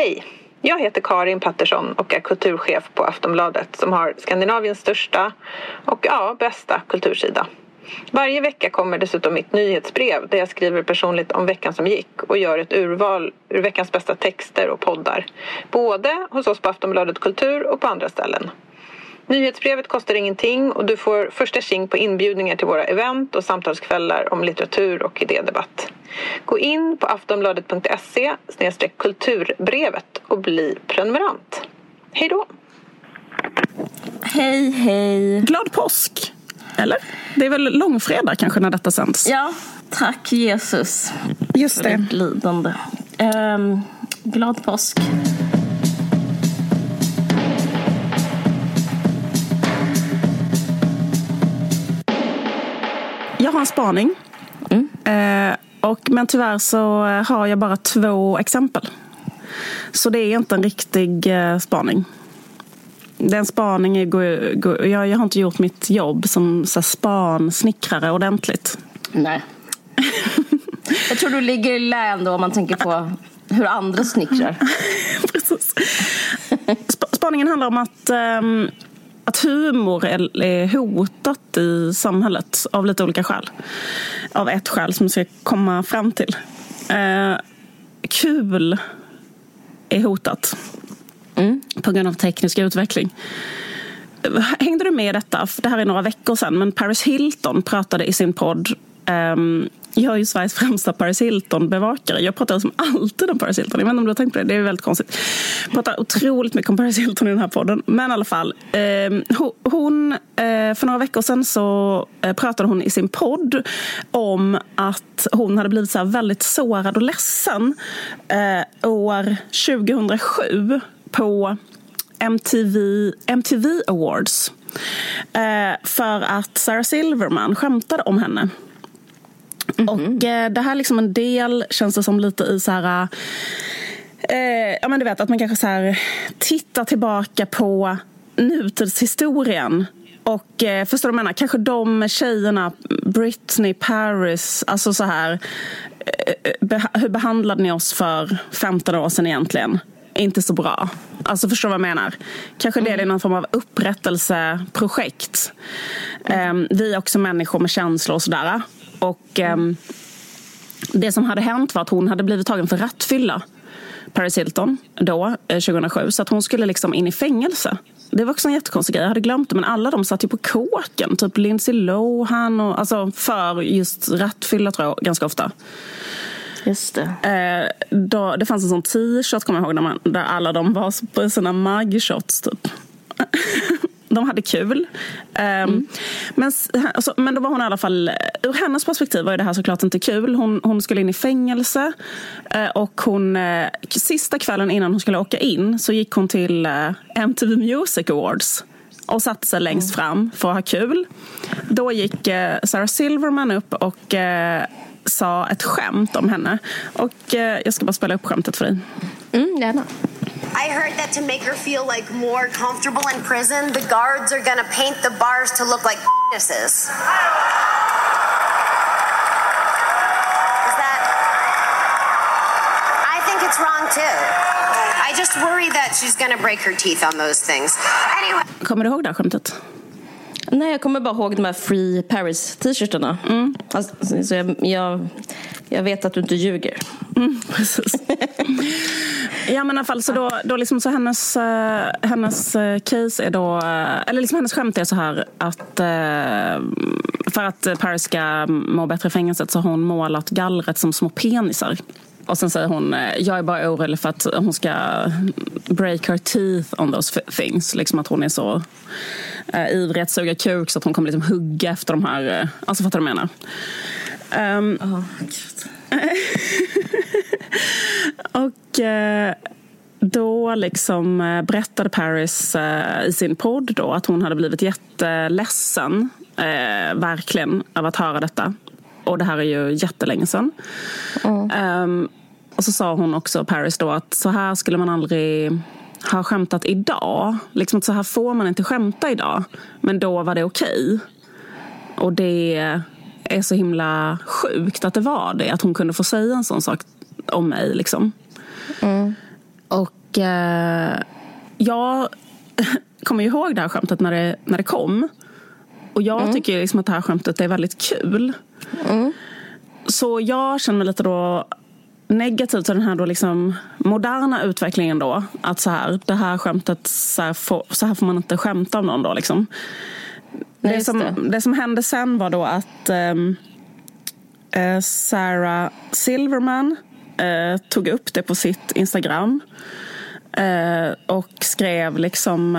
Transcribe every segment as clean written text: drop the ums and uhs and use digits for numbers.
Hej, jag heter Karin Pattersson och är kulturchef på Aftonbladet som har Skandinaviens största och bästa kultursida. Varje vecka kommer dessutom mitt nyhetsbrev där jag skriver personligt om veckan som gick och gör ett urval ur veckans bästa texter och poddar. Både hos oss på Aftonbladet Kultur och på andra ställen. Nyhetsbrevet kostar ingenting och du får första tjing på inbjudningar till våra event och samtalskvällar om litteratur och idédebatt. Gå in på aftonbladet.se/kulturbrevet och bli prenumerant. Hej då! Hej, hej. Glad påsk, eller? Det är väl långfredag kanske när detta sänds? Ja, tack Jesus. Just det. För ditt lidande. Glad påsk. Jag har en spaning. Men tyvärr så har jag bara 2 exempel. Så det är inte en riktig spaning. Den spaning jag har inte gjort mitt jobb som spansnickrare ordentligt. Nej. Jag tror du ligger i län då om man tänker på hur andra snickrar. Precis. Spaningen handlar om att humor är hotat i samhället av lite olika skäl. Av ett skäl som jag ska komma fram till. Kul är hotat. På grund av teknisk utveckling. Hängde du med i detta? Det här är några veckor sedan. Men Paris Hilton pratade i sin podd. Jag är ju Sveriges främsta Paris Hilton-bevakare. Jag pratar som alltid om Paris Hilton. Jag vet inte om du har tänkt på det. Det är väldigt konstigt. Jag pratar otroligt mycket om Paris Hilton i den här podden. Men i alla fall. Hon, för några veckor sedan så pratade hon i sin podd om att hon hade blivit så här väldigt sårad och ledsen år 2007 på MTV Awards. För att Sarah Silverman skämtade om henne. Och det här liksom en del känns det som lite i så här ja men du vet att man kanske så här tittar tillbaka på nutidshistorien och förstår du vad jag menar, kanske de tjejerna Britney, Paris, alltså så här hur behandlade ni oss för 15 år sedan egentligen? Inte så bra. Alltså förstår vad jag menar. Kanske det är någon form av upprättelseprojekt. Vi är också människor med känslor och sådär. Och det som hade hänt var att hon hade blivit tagen för rattfylla, Paris Hilton, då, 2007. Så att hon skulle liksom in i fängelse. Det var också en jättekonstig grej, jag hade glömt det. Men alla de satt ju på kåken. Typ Lindsay Lohan och, alltså för just rattfylla tror jag ganska ofta. Just det. Det fanns en sån t-shirt, kommer jag ihåg, där alla de var på såna mugshots typ. De hade kul. Men då var hon i alla fall, ur hennes perspektiv var det här såklart inte kul. Hon skulle in i fängelse och hon sista kvällen innan hon skulle åka in så gick hon till MTV Music Awards och satte sig längst fram för att ha kul. Då gick Sarah Silverman upp och sa ett skämt om henne. Och jag ska bara spela upp skämtet för dig. Gärna. I heard that to make her feel like more comfortable in prison, the guards are gonna paint the bars to look like penises. Is that... I think it's wrong too. I just worry that she's gonna break her teeth on those things. Anyway. Kommer du ihåg det här skämtet? Nej, jag kommer bara ihåg de här Free Paris t-shirtarna. Alltså, så jag vet att du inte ljuger. Precis. Ja, men i alla fall så då liksom så hennes case är då, eller liksom hennes skämt är så här att för att Paris ska må bättre i fängelset så har hon målat gallret som små penisar. Och sen säger hon, jag är bara orolig för att hon ska break her teeth on those things. Liksom att hon är så ivrig att suga kuk så att hon kommer liksom hugga efter de här, alltså fattar du vad jag menar? Och då liksom berättade Paris i sin podd då att hon hade blivit jätteledsen verkligen av att höra detta. Och det här är ju jättelänge sedan. Och så sa hon också, Paris då, att så här skulle man aldrig ha skämtat idag. Liksom att så här får man inte skämta idag. Men då var det okej. Och det är så himla sjukt att det var det. Att hon kunde få säga en sån sak om mig liksom. Och jag kommer ihåg det här skämtet när det kom. Och jag tycker liksom att det här skämtet är väldigt kul. Så jag känner mig lite då negativt till den här då liksom moderna utvecklingen då. Att så här, det här skämtet, så här får man inte skämta om någon då liksom. Det som hände sen var då att Sarah Silverman tog upp det på sitt Instagram och skrev liksom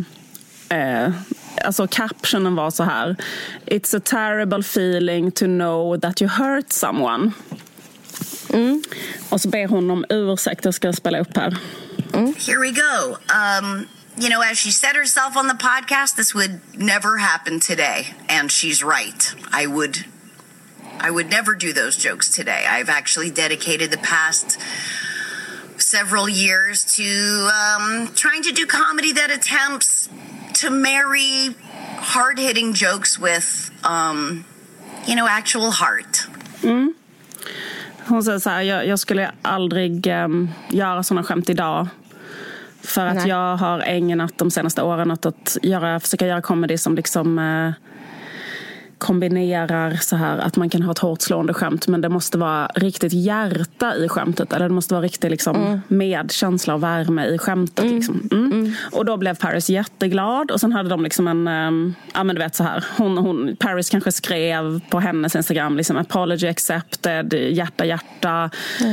alltså captionen var så här: "It's a terrible feeling to know that you hurt someone." Och så ber hon om ursäkt. Jag ska spela upp här. Here we go. You know, as she said herself on the podcast, this would never happen today, and she's right. I would never do those jokes today. I've actually dedicated the past several years to trying to do comedy that attempts to marry hard-hitting jokes with, you know, actual heart. Hon säger så här: jag skulle aldrig göra såna skämt idag. För att jag har ägnat de senaste åren att försöka göra comedy som liksom kombinerar så här att man kan ha ett hårt slående skämt, men det måste vara riktigt hjärta i skämtet, eller det måste vara riktigt liksom medkänsla och värme i skämtet liksom. Och då blev Paris jätteglad, och sen hade de liksom en ja men du vet så här, hon Paris kanske skrev på hennes Instagram liksom apology accepted, hjärta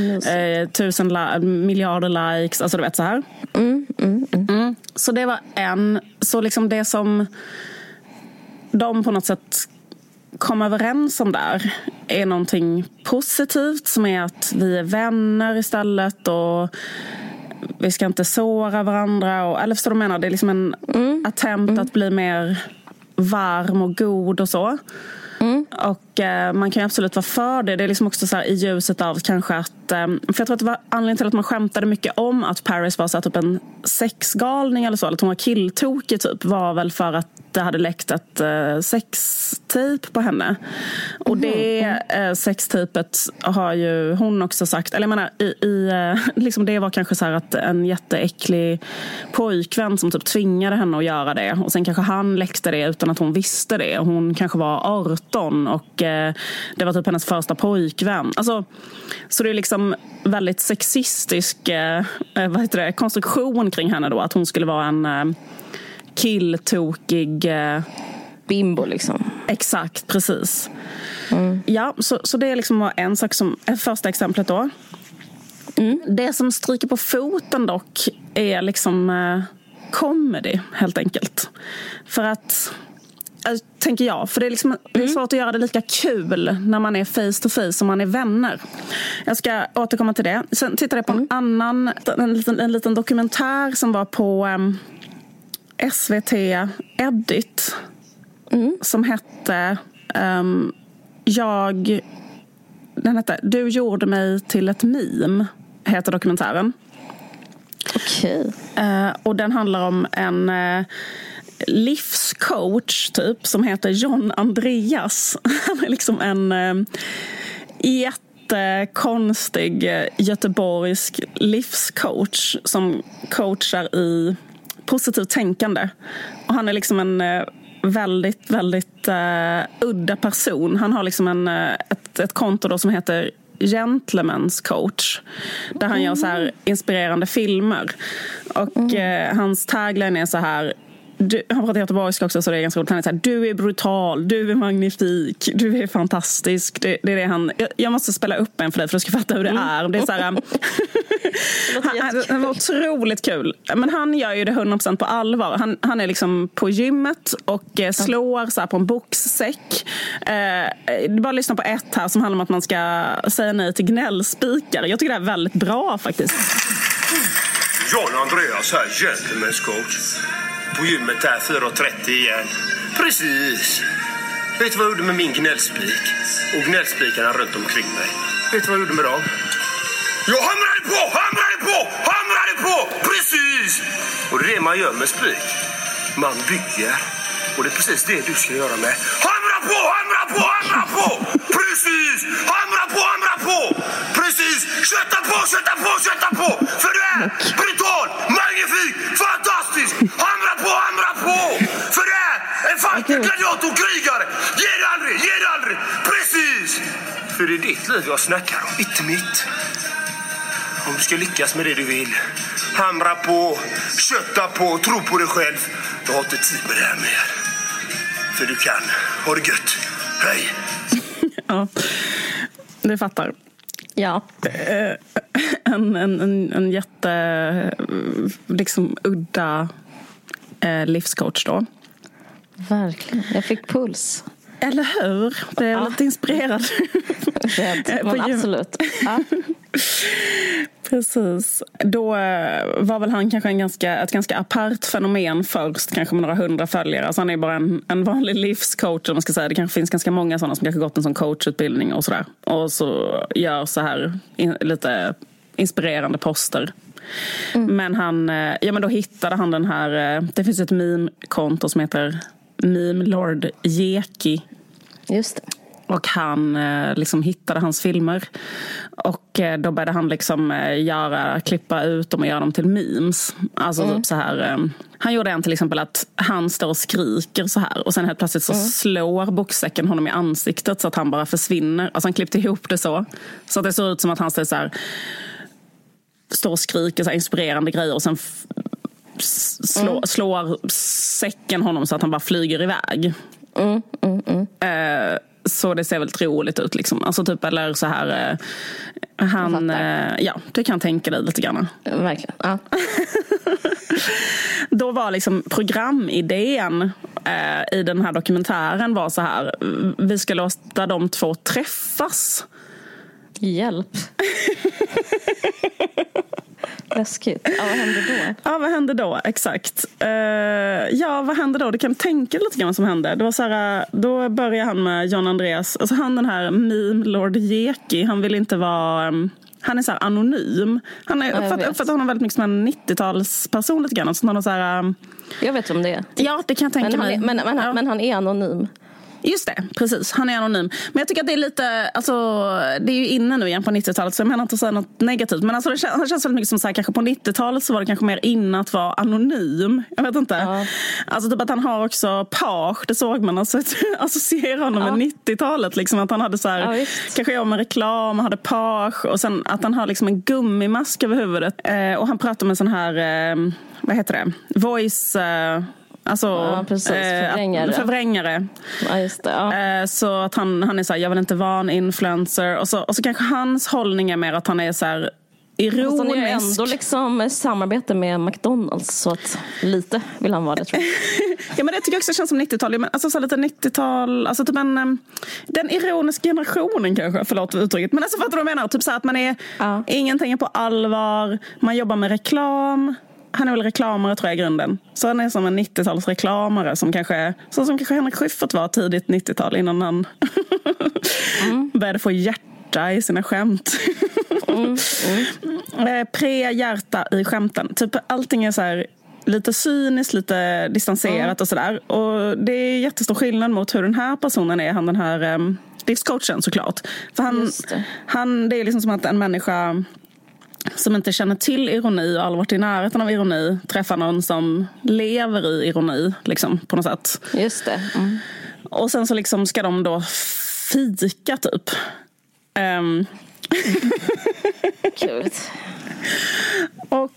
1000 miljarder likes, alltså du vet så här. Så det var så liksom det som de på något sätt kom överens om där är någonting positivt, som är att vi är vänner istället och vi ska inte såra varandra, eller förstår du vad jag menar? Det är liksom en attempt att bli mer varm och god och så. Och man kan ju absolut vara för det. Det är liksom också så här i ljuset av kanske att för jag tror att det var anledningen till att man skämtade mycket om att Paris var så här, typ en sexgalning eller så, eller att hon var killtokig typ, var väl för att det hade läckt ett sextape på henne. Och det sextapet har ju hon också sagt, eller jag menar liksom det var kanske så här att en jätteäcklig pojkvän som typ tvingade henne att göra det, och sen kanske han läckte det utan att hon visste det, och hon kanske var 18 och det var typ hennes första pojkvän. Alltså, så det är liksom väldigt sexistisk konstruktion kring henne då, att hon skulle vara en killtokig bimbo liksom. Exakt, precis. Ja, så det är liksom en sak som är första exemplet då. Det som stryker på foten dock är liksom comedy helt enkelt. För att tänker jag, för det är liksom det är svårt att göra det lika kul när man är face to face som man är vänner. Jag ska återkomma till det. Sen tittade jag på en liten dokumentär som var på SVT Edit som hette den hette Du gjorde mig till ett meme, heter dokumentären. Okej. Och den handlar om en livscoach typ som heter John Andreas. Han är liksom en jättekonstig göteborgsk livscoach som coachar i positivt tänkande. Och han är liksom en väldigt, väldigt udda person. Han har liksom ett konto då som heter Gentleman's coach, där han gör så här inspirerande filmer. Och hans tagline är så här: han pratar göteborgska också, så det är ganska roligt. Han är så här: du är brutal, du är magnifik, du är fantastisk. Det är det han... Jag måste spela upp en för dig för att du ska fatta hur det är. Det är så här... det var otroligt kul. Men han gör ju det 100% på allvar. Han är liksom på gymmet och slår så här på en boxsäck. Bara lyssna på ett här som handlar om att man ska säga nej till gnällspikar. Jag tycker det är väldigt bra faktiskt. John Andreas här, gentleman's coach. På gymmet där, 4.30 igen. Precis. Vet du vad jag gjorde med min gnällspik? Och gnällspikarna runt omkring mig. Vet du vad jag gjorde med dem? Jag hamrade på! Precis! Och det är det man gör med spik. Man bygger. Och det är precis det du ska göra med. Hamra på! Precis! Hamra på! Precis! Kötta på! För du är brutal! gladiatorkrigare! Ge det aldrig! Precis! För det är ditt liv jag snackar om, inte mitt. Om du ska lyckas med det du vill, hamra på, kötta på, tro på dig själv, du har inte tid med det här mer. För du kan. Ha det gött. Hej! Ja, du fattar. Ja. En jätte liksom udda livscoach då. Verkligen. Jag fick puls. Eller hur? Det är lite inspirerad. Men absolut. Ja. Precis. Då var väl han kanske ett ganska apart fenomen först, kanske med några 100 följare. Alltså han är bara en vanlig livscoach, om man ska säga. Det kanske finns ganska många sådana som kanske gått en sån coachutbildning och sådär. Och så gör så här lite inspirerande poster. Men men då hittade han den här, det finns ett meme-konto som heter Meme Lord Jeki. Just det. Och han liksom hittade hans filmer. Och då började han liksom klippa ut dem och göra dem till memes. Alltså typ så här. Han gjorde en till exempel att han står och skriker så här. Och sen helt plötsligt så slår boxsäcken honom i ansiktet så att han bara försvinner. Alltså han klippte ihop det så. Så att det såg ut som att han står och skriker så här inspirerande grejer. Och sen slår säcken honom så att han bara flyger iväg. Så det ser väldigt roligt ut liksom. Alltså typ, eller så här du kan tänka dig lite grann. Verkligen, ja. Då var liksom programidén i den här dokumentären var så här: vi ska låta de två träffas. Hjälp. Läskigt. Ja, vad hände då? Ja, vad hände då? Exakt. Vad hände då? Du kan tänka lite grann vad som hände. Det var så här, då började han med John Andreas. Alltså han, den här Meme Lord Jeki, han vill inte vara... Han är så här anonym. Han är uppfattat honom väldigt mycket som en 90-talsperson lite grann. Så han har så här, jag vet om det är. Ja, det kan jag tänka mig. Men han är anonym. Just det, precis. Han är anonym. Men jag tycker att det är lite, alltså, det är ju inne nu igen på 90-talet, så jag menar inte att säga något negativt. Men alltså det känns väldigt mycket som så här, kanske på 90-talet så var det kanske mer inne att vara anonym. Jag vet inte. Ja. Alltså typ att han har också page, det såg man. Alltså associerar honom med 90-talet. Liksom, att han hade så här, kanske jag med reklam, hade page. Och sen att han har liksom en gummimask över huvudet. Och han pratar med sån här, vad heter det? Voice... Alltså förvrängare. Ja, just det, ja. Så att han är så här, jag vill inte vara en influencer. Och så kanske hans hållning är mer att han är så här ironisk. Han är ändå liksom samarbete med McDonalds, så att lite vill han vara det, tror jag. Ja, men det tycker jag också känns som 90-tal. Men alltså så lite 90-tal, alltså typ den ironiska generationen kanske, förlåt uttrycket. Men alltså för att du menar typ så här, att man är ingenting är på allvar, man jobbar med reklam. Han är väl reklamare, tror jag, i grunden. Så han är som en 90-tals reklamare som kanske Henrik Schyffert var tidigt 90-tal, innan han började få hjärta i sina skämt. Pre-hjärta i skämten. Typ allting är så här lite cyniskt, lite distanserat och sådär. Och det är jättestor skillnad mot hur den här personen är. Han, den här livscoachen, såklart. För han det är liksom som att en människa som inte känner till ironi och aldrig varit i närheten av ironi träffar någon som lever i ironi liksom, på något sätt. Just det. Och sen så liksom ska de då fika typ. Kul. Och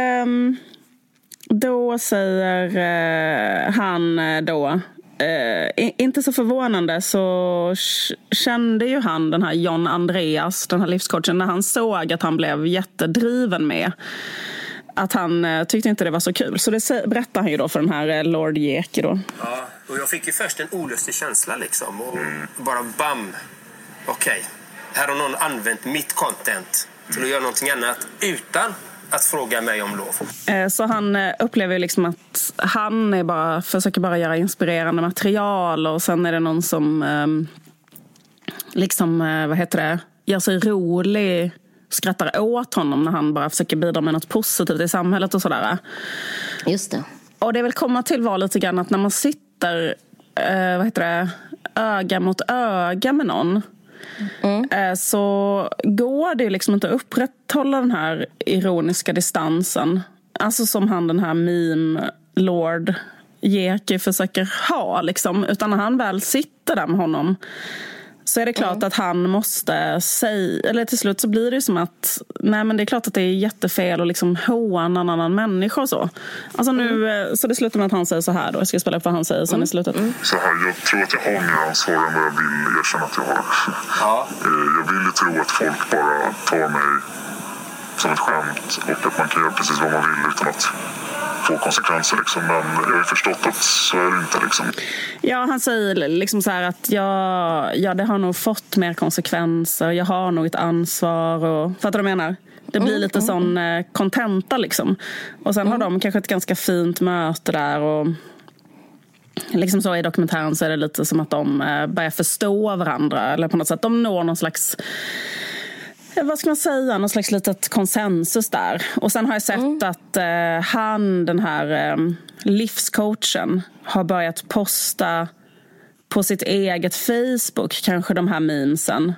då säger han då, inte så förvånande så kände ju han den här John Andreas, den här livscoachen, när han såg att han blev jättedriven med att han tyckte inte det var så kul. Så det berättar han ju då för den här Lord Jeki då. Ja, och jag fick ju först en olustig känsla liksom. Och bara bam. Okej, här har någon använt mitt content till att göra någonting annat utan att fråga mig om lov. Så han upplever ju liksom att han försöker bara göra inspirerande material, och sen är det någon som gör sig rolig, skrattar åt honom när han bara försöker bidra med något positivt i samhället och sådär. Just det. Och det vill komma till var lite grann att när man sitter öga mot öga med någon, så går det liksom inte att upprätthålla den här ironiska distansen. Alltså som han, den här meme lord Jeki försöker ha liksom. Utan när han väl sitter där med honom så är det klart att han måste säga, eller till slut så blir det som att nej, men det är klart att det är jättefel att liksom håna en annan människa och så. Alltså nu, så det slutar med att han säger så här då. Jag ska spela upp vad han säger sen i slutet. Så här, jag tror att jag har mer ansvar än vad jag vill erkänna att jag har. Ja. Jag vill ju tro att folk bara tar mig som ett skämt och att man kan göra precis vad man vill utan att få konsekvenser liksom. Men jag har ju förstått att så är det inte liksom. Ja, han säger liksom så här att det har nog fått mer konsekvenser. Jag har nog ett ansvar och fattar du vad jag menar? Det blir lite sån kontenta liksom. Och sen har de kanske ett ganska fint möte där och liksom så i dokumentären så är det lite som att de börjar förstå varandra eller på något sätt de når någon slags, vad ska man säga, någon slags litet konsensus där. Och sen har jag sett att den här livscoachen har börjat posta på sitt eget Facebook kanske de här memesen.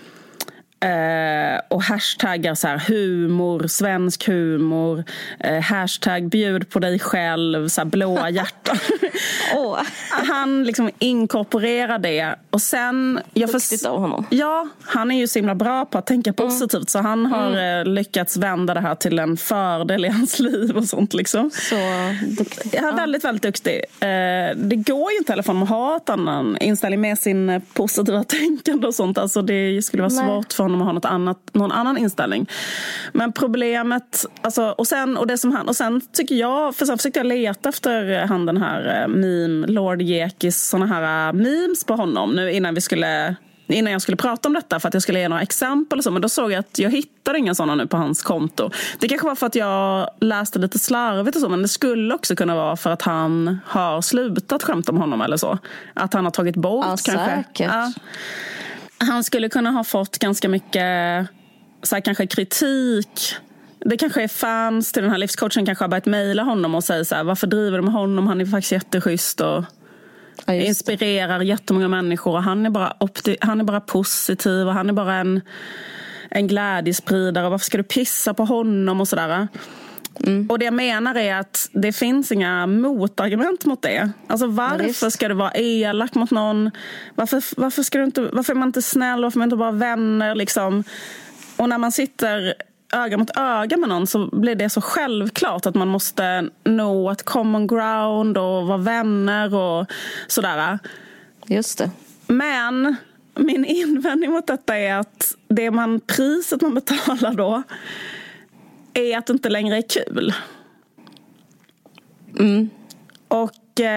Och hashtaggar så här humor, svensk humor, hashtag bjud på dig själv, så här blåa hjärtan. Han liksom inkorporerar det och sen duktigt av honom. Ja, han är ju så himla bra på att tänka positivt så han har lyckats vända det här till en fördel i hans liv och sånt liksom. Så duktig. Han är väldigt, väldigt duktig. Det går ju inte heller för att ha ett annan inställning med sin positiva tänkande och sånt. Alltså det skulle vara svårt för honom att ha någon annan inställning. Men problemet, alltså, och sen tycker jag, för sen försökte jag leta efter han den här Lord Jekis såna här memes på honom nu innan jag skulle prata om detta för att jag skulle ge några exempel och så, men då såg jag att jag hittade inga sådana nu på hans konto. Det kanske var för att jag läste lite slarvigt och så, men det skulle också kunna vara för att han har slutat skämta om honom eller så. Att han har tagit bort kanske. Ja. Han skulle kunna ha fått ganska mycket så här, kanske kritik. Det kanske är fans till den här livscoachen kanske har börjat mejla honom och säga så här, varför driver du med honom? Han är faktiskt jätteschysst och inspirerar jättemånga människor och han är bara positiv och han är bara en glädjespridare och varför ska du pissa på honom och sådär. Och det jag menar är att det finns inga motargument mot det. Alltså varför ska du vara elak mot någon? Varför är man inte snäll? Varför är man inte bara vänner liksom? Och när man sitter öga mot öga med någon så blir det så självklart att man måste nå ett common ground och vara vänner och sådär. Just det. Men min invändning mot detta är att priset man betalar då är att det inte längre är kul. Och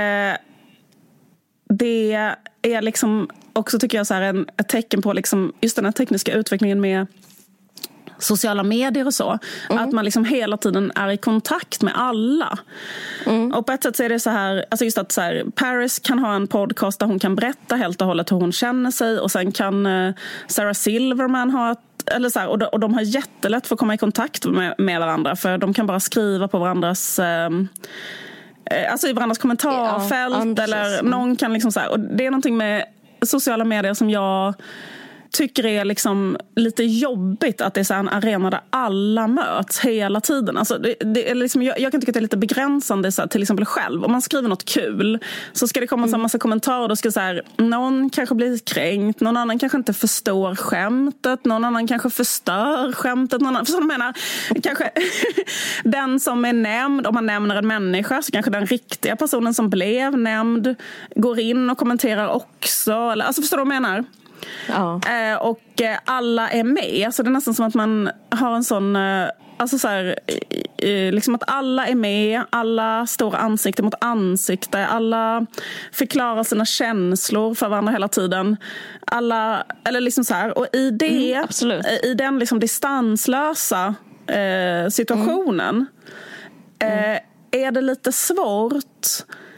det är liksom också tycker jag så här ett tecken på liksom just den här tekniska utvecklingen med sociala medier och så. Att man liksom hela tiden är i kontakt med alla. Och på ett sätt så är det så här, alltså just att så här, Paris kan ha en podcast där hon kan berätta helt och hållet hur hon känner sig och sen kan Sarah Silverman ha eller så här, och de har jättelätt för att komma i kontakt med varandra för de kan bara skriva på varandras alltså i varandras kommentarfält eller någon kan liksom så här, och det är någonting med sociala medier som jag tycker är liksom lite jobbigt att det är så en arena där alla möts hela tiden. Alltså det är liksom, jag kan tycka att det är lite begränsande så här, till exempel själv. Om man skriver något kul så ska det komma en massa kommentarer. Då ska så här, någon kanske blir kränkt, någon annan kanske inte förstår skämtet, någon annan kanske förstör skämtet, någon annan, för som jag menar, kanske den som är nämnd, om man nämner en människa så kanske den riktiga personen som blev nämnd går in och kommenterar också. Eller, alltså förstår du vad jag menar? Ja. Och alla är med. Alltså det är nästan som att man har en sån alltså så här, liksom att alla är med, alla står ansikte mot ansikte, alla förklarar sina känslor för varandra hela tiden. Alla, eller liksom så här, och i det i den liksom distanslösa situationen är det lite svårt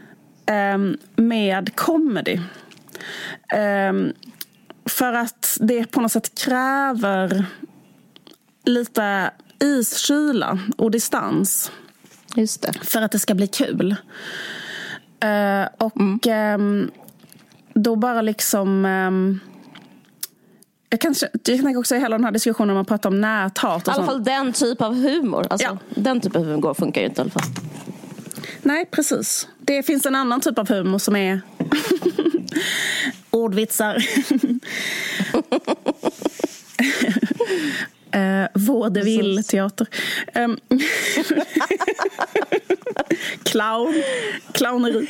med comedy. För att det på något sätt kräver lite iskyla och distans. Just det. För att det ska bli kul. Då bara liksom jag tänker också i hela den här diskussionen om man pratar om näthat och i alla fall den typ av humor. Alltså, den typ av humor funkar ju inte i alla fall. nej, precis. Det finns en annan typ av humor som är ordvitsar. Vaudeville-teater. Clowneri.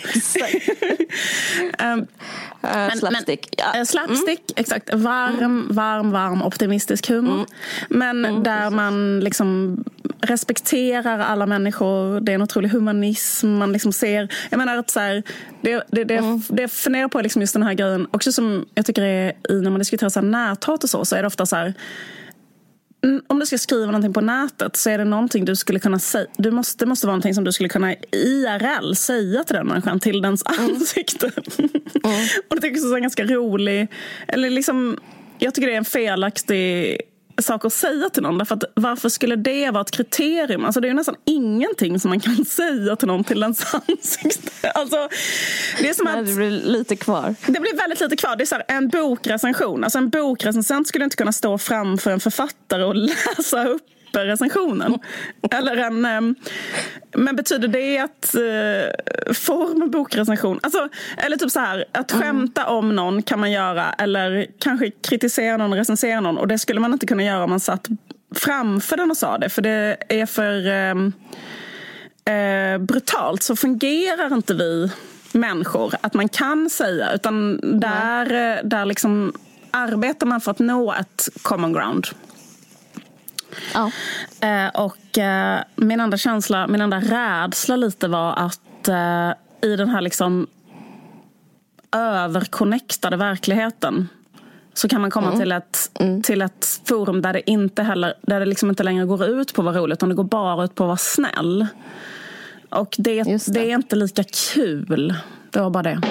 Slapstick. Slapstick, exakt. Varm, optimistisk humor. Men där man liksom respekterar alla människor. Det är en otrolig humanism. Man liksom ser, jag menar att så här, det funderar på liksom just den här grejen också, som jag tycker är i när man diskuterar så här näthat och så är det ofta så här, om du ska skriva någonting på nätet så är det någonting du skulle kunna säga. Det måste vara någonting som du skulle kunna IRL säga till den människan, till dens ansikte. Och det tycker jag är ganska rolig. Eller liksom, jag tycker det är en felaktig sak att säga till någon. Därför att varför skulle det vara ett kriterium? Alltså det är ju nästan ingenting som man kan säga till någon till ens ansikte. Alltså, det är som att det blir lite kvar. Det blir väldigt lite kvar. Det är så här, en bokrecension. Alltså en bokrecensent skulle inte kunna stå framför en författare och läsa upp recensionen. Eller men betyder det att form en bokrecension? Alltså, eller typ så här, att skämta om någon kan man göra, eller kanske kritisera någon, recensera någon, och det skulle man inte kunna göra om man satt framför den och sa det, för det är för brutalt. Så fungerar inte vi människor att man kan säga, utan där liksom arbetar man för att nå ett common ground. Ja. Och min enda rädsla lite var att i den här liksom överconnectade verkligheten så kan man komma till ett forum där det inte heller, där det liksom inte längre går ut på att vara roligt, utan det går bara ut på att vara snäll. Och det är inte lika kul. Det var bara det.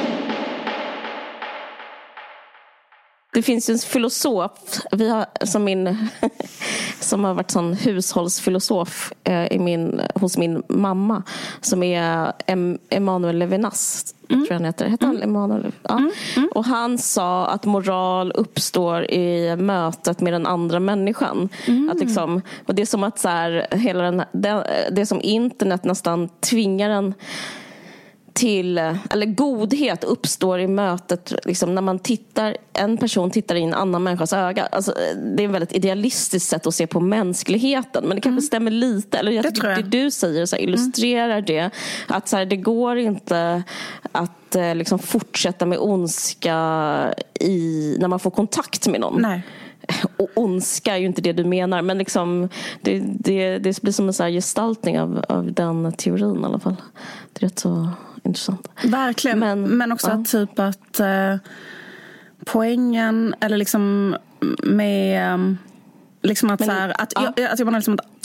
Det finns ju en filosof som har varit sån hushållsfilosof hos min mamma, som är Emanuel Levinas, tror jag han heter. Heter han Emanuel? Ja. Och han sa att moral uppstår i mötet med den andra människan. Att liksom, och det är som att så här, hela det som internet nästan tvingar en till, eller godhet uppstår i mötet liksom, när en person tittar i en annan människas öga. Alltså, det är ett väldigt idealistiskt sätt att se på mänskligheten, men det kanske stämmer lite, eller jag tycker det du säger så här, illustrerar det, att så här, det går inte att liksom fortsätta med ondska när man får kontakt med någon. Nej. Och ondska är ju inte det du menar, men liksom det blir som en så här gestaltning av den teorin i alla fall. Det är rätt så intressant. Verkligen, men också att typ att poängen, eller liksom med liksom att så här, att jag menar liksom att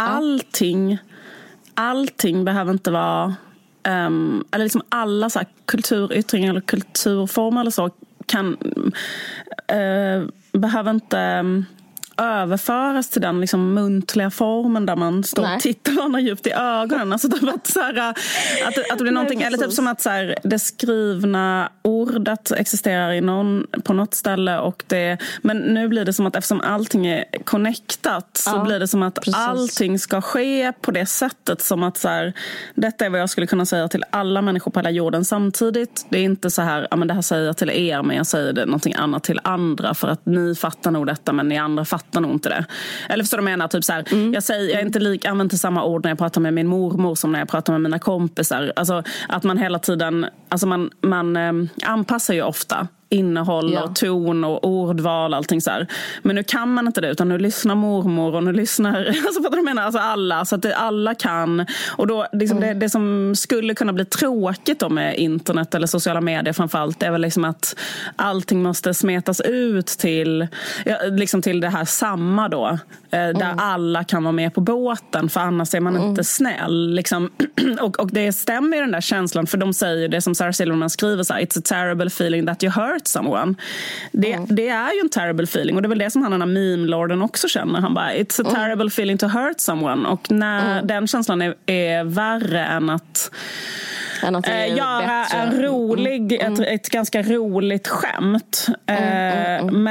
allting behöver inte vara eller liksom alla så här kulturyttringar eller kulturformer eller så kan behöver inte överföras till den liksom muntliga formen där man står och tittar varandra djupt i ögonen. Alltså det så här, att det blir någonting, eller typ som att så här, det skrivna ordet existerar på något ställe, och men nu blir det som att eftersom allting är connectat så blir det som att allting ska ske på det sättet, som att så här, detta är vad jag skulle kunna säga till alla människor på hela jorden samtidigt. Det är inte så här, ja men det här säger jag till er, men jag säger det någonting annat till andra för att ni fattar nog detta, men ni andra fattar nog inte det. Eller förstår du vad jag menar? Typ så här, jag är inte använder inte samma ord när jag pratar med min mormor som när jag pratar med mina kompisar. Alltså att man hela tiden, alltså man anpassar ju ofta innehåll och ton och ordval och allting så här. Men nu kan man inte det, utan nu lyssnar mormor och nu lyssnar, alltså vad du menar, alltså alla, så att alla kan, och då liksom det som skulle kunna bli tråkigt då med internet eller sociala medier framförallt är väl liksom att allting måste smetas ut till liksom till det här samma då, där alla kan vara med på båten, för annars är man inte snäll liksom. och det stämmer ju den där känslan, för de säger det som Sarah Silverman skriver så här, it's a terrible feeling that you hurt someone. Det är ju en terrible feeling, och det är väl det som han, den här meme-lorden också känner. Han bara, it's a terrible feeling to hurt someone, och när den känslan är värre än att göra en rolig ett ganska roligt skämt.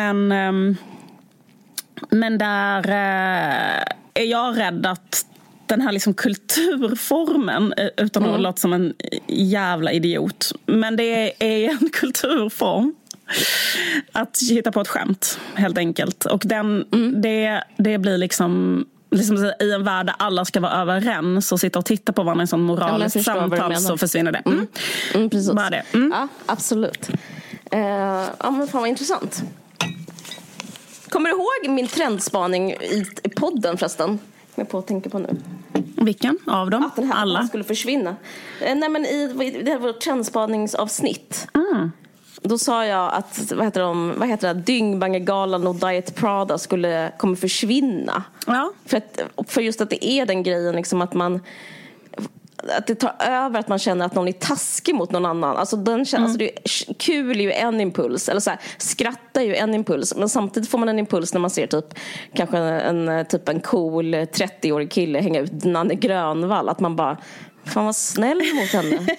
Men där är jag rädd att den här liksom kulturformen, utan att låta som en jävla idiot, men det är en kulturform att hitta på ett skämt helt enkelt, och det blir liksom i en värld där alla ska vara överens och sitta och titta på varandra i en sån moralisk samtal, så försvinner det. Precis. Bara det. Ja, absolut. Ja, men fan vad intressant. Kommer du ihåg min trendspaning i podden förresten? Jag är på att tänka på nu. Vilken av dem? Att den här alla skulle försvinna. Nej, men i det här var trendspaningsavsnitt. Då sa jag att vad heter det? Dyngbangegalan och Diet Prada kommer försvinna. Ja. För just att det är den grejen liksom, att det tar över, att man känner att någon är taskig mot någon annan. Alltså kul är ju en impuls, eller så här, skratta är ju en impuls, men samtidigt får man en impuls när man ser kanske en cool 30-årig kille hänga ut Nanne Grönvall, att man bara, fan vad snäll mot henne.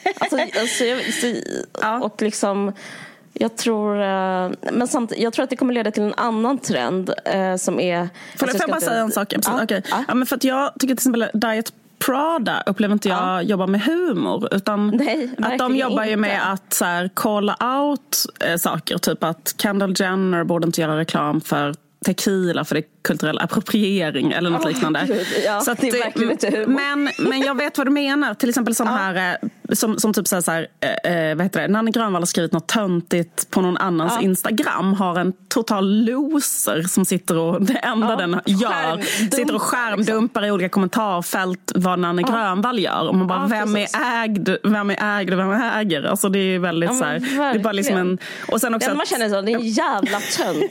Och liksom jag tror att det kommer leda till en annan trend som är... Får jag bara säga en sak? Okay. Ja, men för att jag tycker till exempel Diet Prada upplever inte jag jobbar med humor, utan att de jobbar ju med att så här, calla out saker, typ att Kendall Jenner borde inte göra reklam för tequila för det är kulturell appropriering eller något liknande. Gud, så att det är verkligen inte humor. Men jag vet vad du menar. Till exempel sån här som typ så här vad heter det? Nanne Grönvall har skrivit något töntigt på någon annans Instagram, har en total loser som sitter och det enda den gör sitter och skärmdumpar i olika kommentarfält vad Nanne Grönvall gör, och man bara vem är ägd och vem äger. Alltså det är väldigt så här, det är bara liksom en, och sen också man känner så, det är en jävla tönt.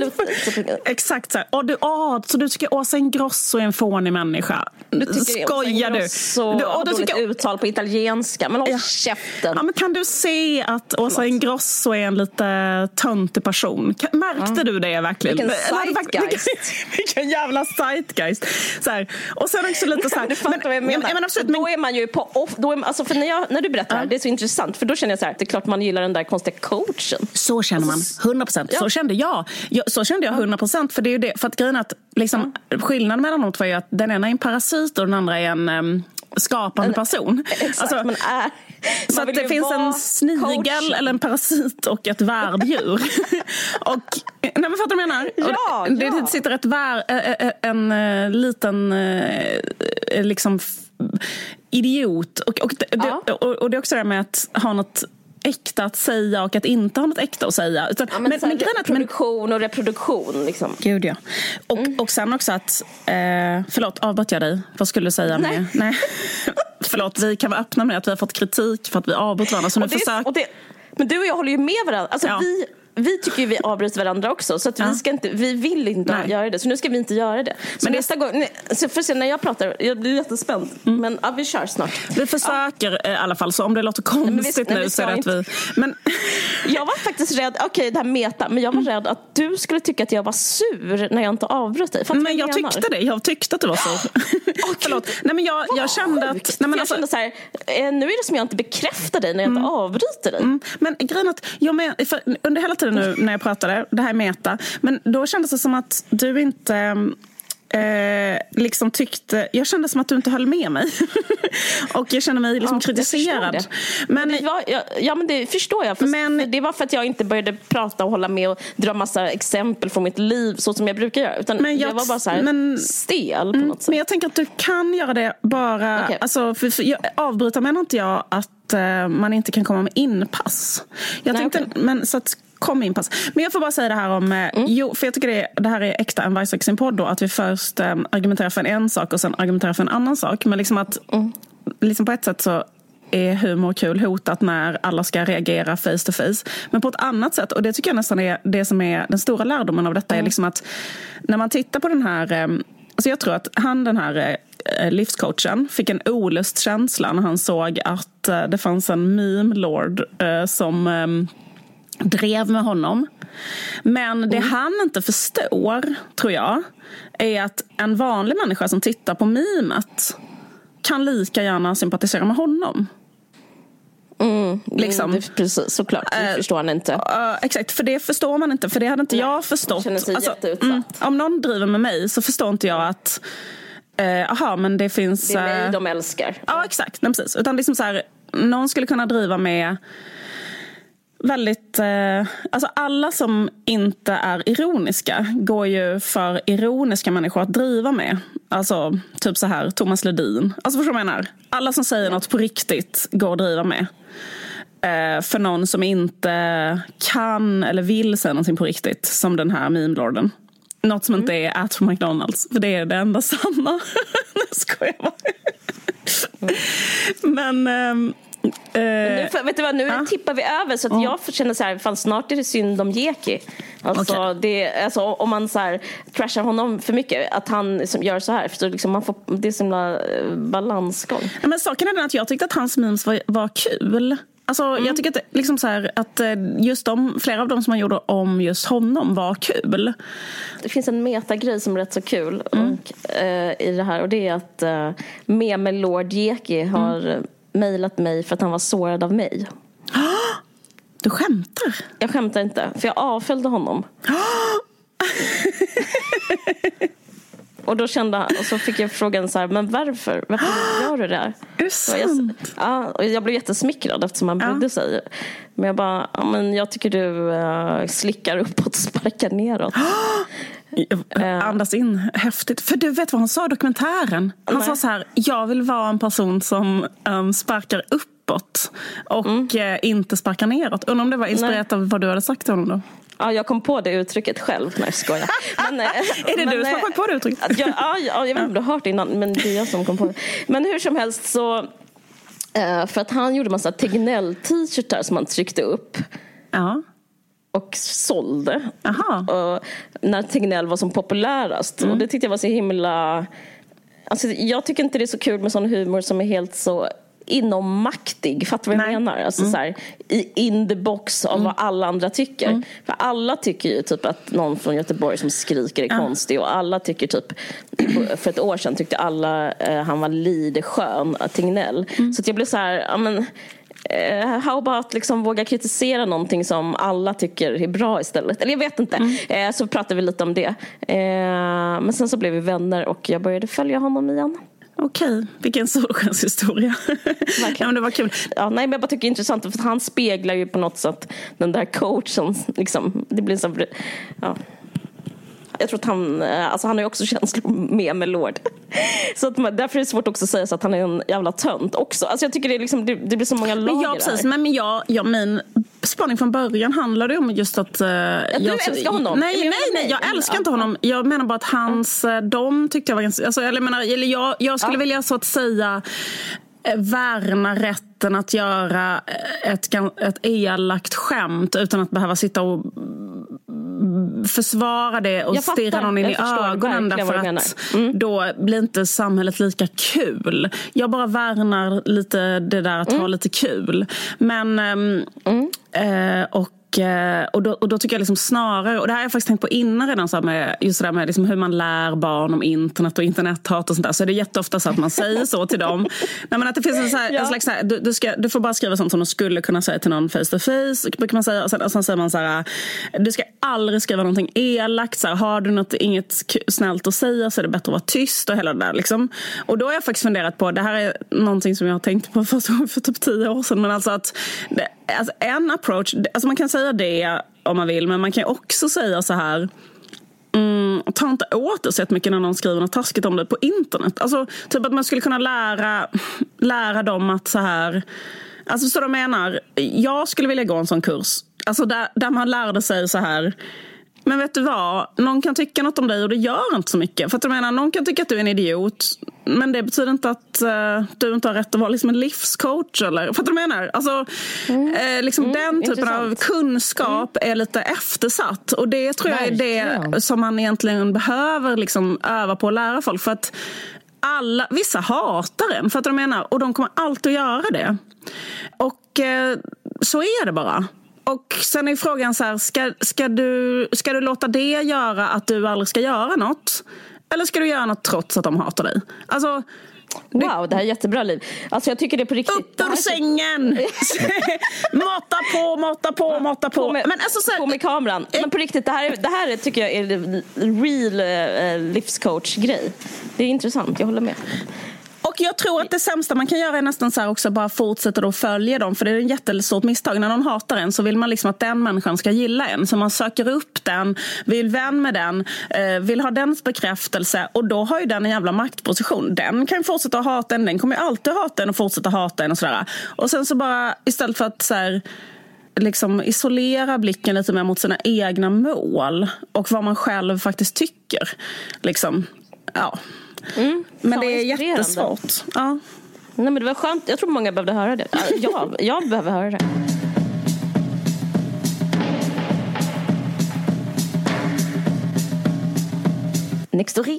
Exakt så här. Så du tycker Åsa Ingrosso är en fånig människa. Skojar du? Och du tycker uttal på italienska, men håll käften. Ja, men kan du se att Åsa Ingrosso är en lite töntig person? Märkte du det verkligen? Vilken zeitgeist. Vilken jävla zeitgeist. Så här. Och sen också lite så här, men absolut, då är man ju på alltså för när du berättar det är så intressant, för då känner jag så här, det är klart man gillar den där konstiga coachen. Så känner man 100%. Så kände jag. Så kände jag 100%, för det är ju det, för att grejen att liksom, skillnaden mellan de två är att den ena är en parasit och den andra är en skapande person. Exakt, alltså, så att det finns en snigel eller en parasit och ett värddjur. Och nej, men fattar du menar? Det sitter en liten liksom idiot och det är också det med att ha något äkta att säga och att inte ha något äkta att säga. Utan, men produktion och reproduktion liksom. Gud ja. Och sen också att förlåt, avbröt jag dig? Vad skulle du säga? Nej. Förlåt, vi kan vara öppna med att vi har fått kritik för att vi avbröt varandra. Så men du och jag håller ju med varandra. Alltså vi tycker ju vi avbryter varandra också, så att vi vill inte göra det, så nu ska vi inte göra det. Så men nästa gång, så får se när jag pratar, jag blir jättespänd. Men vi kör snart. Vi försöker i alla fall, så om det låter konstigt nu så är det att vi... Men jag var faktiskt rädd, okej, det här meta, men jag var rädd att du skulle tycka att jag var sur när jag inte avbröt dig. Men jag tyckte det, jag tyckte att du var sur. Förlåt. Nej, men jag kände att... Nej, men jag kände så här, nu är det som jag inte bekräftar dig när jag inte avbryter dig. Men grejen att under hela tiden nu när jag pratade, det här meta, men då kändes det som att du inte liksom tyckte, jag kände som att du inte höll med mig. Och jag kände mig liksom kritiserad. Men det förstår jag. Men det var för att jag inte började prata och hålla med och dra massa exempel från mitt liv så som jag brukar göra, utan jag var bara så här stel på något sätt. Men jag tänker att du kan göra det bara alltså, avbryta menar inte jag att man inte kan komma med inpass. Jag tänkte, men så att kom in pass. Men jag får bara säga det här om för jag tycker det här är äkta en Vice sin podd då, att vi först argumenterar för en sak och sen argumenterar för en annan sak, men liksom att liksom på ett sätt så är humor kul hotat när alla ska reagera face to face, men på ett annat sätt, och det tycker jag nästan är det som är den stora lärdomen av detta, är liksom att när man tittar på den här alltså jag tror att den här livscoachen fick en olust känsla när han såg att det fanns en meme lord som drev med honom. Men det han inte förstår, tror jag, är att en vanlig människa som tittar på memet kan lika gärna sympatisera med honom. Liksom. Precis, såklart. Det förstår han inte. Exakt, för det förstår man inte. För det hade inte jag förstått. Känner sig om någon driver med mig så förstår inte jag att Men det finns... Det är mig de älskar. Ja, exakt. Nej, precis. Utan det är som så här, någon skulle kunna driva med väldigt... alltså alla som inte är ironiska går ju för ironiska människor att driva med. Alltså typ så här, Thomas Ledin. Alltså förstår du vad jag menar? Alla som säger något på riktigt går att driva med. För någon som inte kan eller vill säga någonting på riktigt. Som den här meme-lorden. Något som inte är at for McDonald's. För det är det enda sanna. Jag skojar bara. Men nu, vet du vad, nu tippar vi över så att jag känner så här, fan, snart är det synd om Jeki. Alltså, alltså om man så här trashar honom för mycket, att han liksom gör så här, för liksom man får, det är så himla balansgång. Men saken är den att jag tyckte att hans memes var kul. Alltså, jag tycker att, liksom så här, att just flera av dem som man gjorde om just honom var kul. Det finns en metagrej som är rätt så kul och, i det här. Och det är att Meme Lord Jeki har mejlat mig för att han var sårad av mig. Du skämtar? Jag skämtar inte, för jag avföljde honom. Och då kände han, och så fick jag frågan så här, men varför gör du det här? Är det sant? Och jag blev jättesmickrad eftersom han brydde sig. Men jag bara, men jag tycker du slickar uppåt och sparkar neråt. Andas in, häftigt. För du vet vad han sa i dokumentären? Han sa så här, jag vill vara en person som sparkar uppåt och inte sparkar neråt. Undrar om det var inspirerat av vad du hade sagt till honom då? Ja, jag kom på det uttrycket själv när jag skojar. Men, är det du som har kommit på det uttrycket? Jag vet inte om du har hört det innan, men det är jag som kom på det. Men hur som helst så... för att han gjorde massa Tegnell-t-shirtar som han tryckte upp. Ja. Och sålde. Aha. När Tegnell var som populärast. Och det tyckte jag var så himla... Alltså, jag tycker inte det är så kul med sån humor som är helt så... inommaktig, fattar du vad jag menar? Alltså så här, in the box av vad alla andra tycker. För alla tycker ju typ att någon från Göteborg som skriker är konstig, och alla tycker typ, för ett år sedan tyckte alla han var lite skön, Tegnell. Så att jag blev så här, ja men how about liksom våga kritisera någonting som alla tycker är bra istället. Eller jag vet inte. Så pratade vi lite om det. Men sen så blev vi vänner och jag började följa honom igen. Okej, vilken solskenshistoria. Ja, men det var kul. Ja, nej, men jag bara tycker det är intressant, för han speglar ju på något sätt den där coachen liksom, det blir så, ja. Jag tror att han har ju också känslor med Lord. Så att därför är det svårt också att säga så att han är en jävla tönt också. Alltså jag tycker det är liksom, det blir så många lager. Men precis, min spaning från början handlade om just att... du älskar honom? Nej, jag älskar inte honom. Jag menar bara att hans... De tyckte jag var ganska... Alltså, jag skulle vilja så att säga... värna rätten att göra ett elakt skämt utan att behöva sitta och försvara det och stirra någon in i ögonen, därför att då blir inte samhället lika kul. Jag bara värnar lite det där att ha lite kul. Men och då tycker jag liksom snarare, och det här har jag faktiskt tänkt på innan redan, så här med just det där med liksom hur man lär barn om internet och internethat och sånt där, så är det jätteofta så att man säger så till dem. Nej, men att det finns en slags så här, du får bara skriva sånt som du skulle kunna säga till någon face to face, brukar man säga, och sen säger man så här, du ska aldrig skriva någonting elakt, så här, har du inget snällt att säga så är det bättre att vara tyst och hela det där liksom. Och då har jag faktiskt funderat på, det här är någonting som jag har tänkt på för typ 10 år sedan, men alltså att en approach, alltså man kan säga det om man vill, men man kan ju också säga så här, ta inte åt det så mycket när någon skriver något taskigt om det på internet. Alltså typ att man skulle kunna lära dem att så här, alltså så de menar, jag skulle vilja gå en sån kurs, alltså där man lärde sig så här, men vet du vad, någon kan tycka något om dig och det gör inte så mycket. För att du menar, någon kan tycka att du är en idiot, men det betyder inte att du inte har rätt att vara liksom en livscoach. Eller, för att du menar, alltså, liksom den typen av kunskap är lite eftersatt. Och det tror jag är det som man egentligen behöver liksom öva på att lära folk. För att vissa hatar en, för att de menar, och de kommer alltid att göra det. Och så är det bara. Och sen är frågan så här, ska du låta det göra att du aldrig ska göra något? Eller ska du göra något trots att de hatar dig? Alltså, wow, det här är jättebra, Liv. Alltså jag tycker det är på riktigt. Upp ur sängen! mata på. Men alltså, på med kameran. Men på riktigt, det här tycker jag är real livscoach-grej. Det är intressant, jag håller med. Och jag tror att det sämsta man kan göra är nästan så här också, bara fortsätta att följa dem. För det är en jättestort misstag. När någon hatar en så vill man liksom att den människan ska gilla en. Så man söker upp den, vill vän med den, vill ha dens bekräftelse. Och då har ju den en jävla maktposition. Den kan ju fortsätta att hata en, den kommer ju alltid hata en och fortsätta hata en och sådär. Och sen så bara, istället för att så här, liksom isolera blicken lite mer mot sina egna mål och vad man själv faktiskt tycker. Liksom, ja. Men det är jättesvårt. Ja. Nej, men det var skönt. Jag tror många behövde höra det. Jag behöver höra det. Nextory.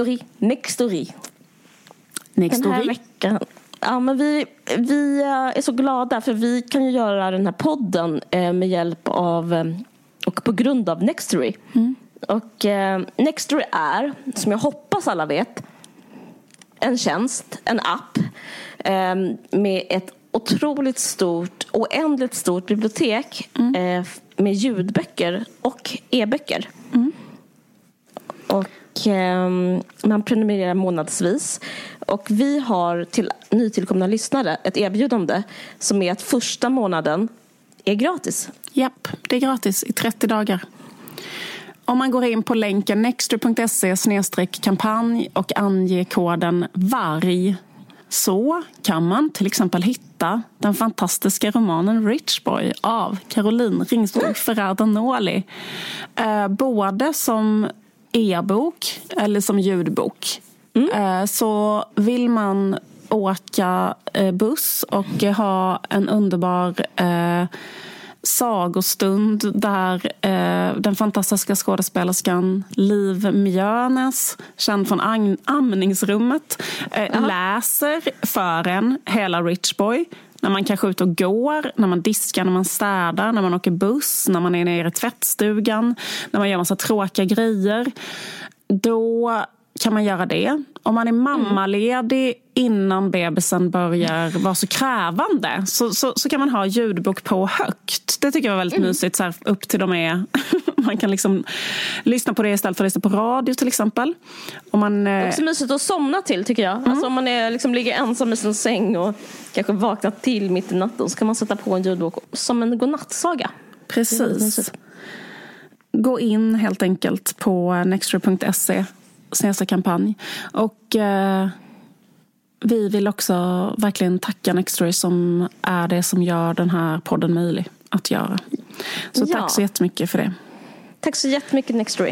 Den här veckan. Ja, men vi är så glada för vi kan ju göra den här podden med hjälp av och på grund av Nextory. Och Nextory är, som jag hoppas alla vet, en tjänst, en app med ett oändligt stort bibliotek med ljudböcker och e-böcker. Och man prenumererar månadsvis. Och vi har till nytillkomna lyssnare ett erbjudande som är att första månaden är gratis. Japp, det är gratis i 30 dagar. Om man går in på länken nextory.se/kampanj och anger koden VARG så kan man till exempel hitta den fantastiska romanen Rich Boy av Caroline Ringskog Ferrada-Noli. Både som e-bok eller som ljudbok. Så vill man åka buss och ha en underbar sagostund där den fantastiska skådespelerskan Liv Mjönes, känd från Amningsrummet, läser för en hela Rich Boy. När man kanske är ute och går, när man diskar, när man städar, när man åker buss, när man är nere i tvättstugan, när man gör massa tråkiga grejer. Då kan man göra det. Om man är mammaledig innan bebisen börjar vara så krävande så kan man ha ljudbok på högt. Det tycker jag var väldigt mysigt. Så här, upp till de är... man kan liksom lyssna på det istället för att lyssna på radio till exempel. Och man, det är också mysigt att somna till tycker jag. Alltså om man är, liksom, ligger ensam i sin säng och kanske vaknar till mitt i natten så kan man sätta på en ljudbok som en godnattsaga. Precis. Gå in helt enkelt på nextory.se/kampanj och vi vill också verkligen tacka Nextory som är det som gör den här podden möjlig att göra. Så tack så jättemycket för det. Tack så jättemycket Nextory.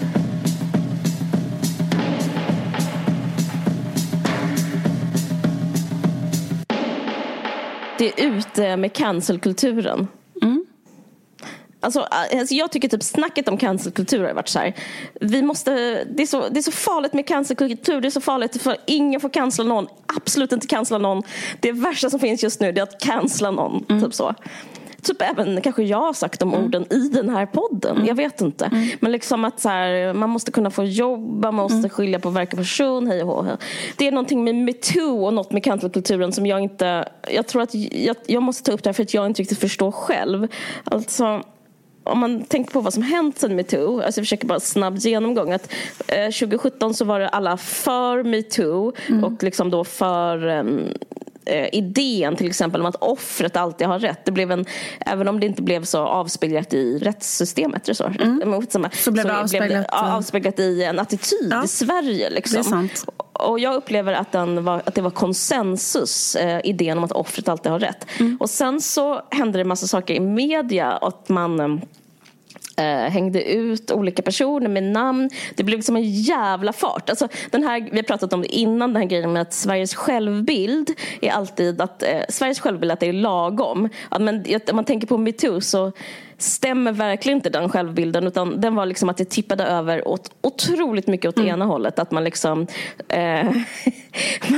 Det är ute med cancelkulturen. Alltså jag tycker typ snacket om cancelkultur har varit så här. Det är så farligt med cancelkultur. Det är så farligt för ingen får cancella någon. Absolut inte cancella någon. Det värsta som finns just nu är att cancella någon. Typ så. Typ även kanske jag har sagt de orden i den här podden. Jag vet inte. Men liksom att så här, man måste kunna få jobba. Man måste skilja på verk och person. Hej och hå. Det är någonting med MeToo och något med cancelkulturen som jag inte... Jag tror att jag måste ta upp det här för att jag inte riktigt förstår själv. Alltså... Om man tänker på vad som hänt sedan MeToo, alltså jag försöker bara snabb genomgång att 2017 så var det alla för MeToo och liksom då för idén till exempel om att offret alltid har rätt. Det blev även om det inte blev så avspeglat i rättssystemet så blev det avspeglat i en attityd i Sverige liksom. Det är sant. Och jag upplever att det var konsensus, idén om att offret alltid har rätt. Och sen så hände det en massa saker i media att man hängde ut olika personer med namn. Det blev liksom en jävla fart. Alltså, vi har pratat om det innan, den här grejen med att Sveriges självbild är alltid att Sveriges självbild att det är lagom. Men om man tänker på MeToo så stämmer verkligen inte den självbilden, utan den var liksom att det tippade över åt otroligt mycket åt ena hållet, att man liksom man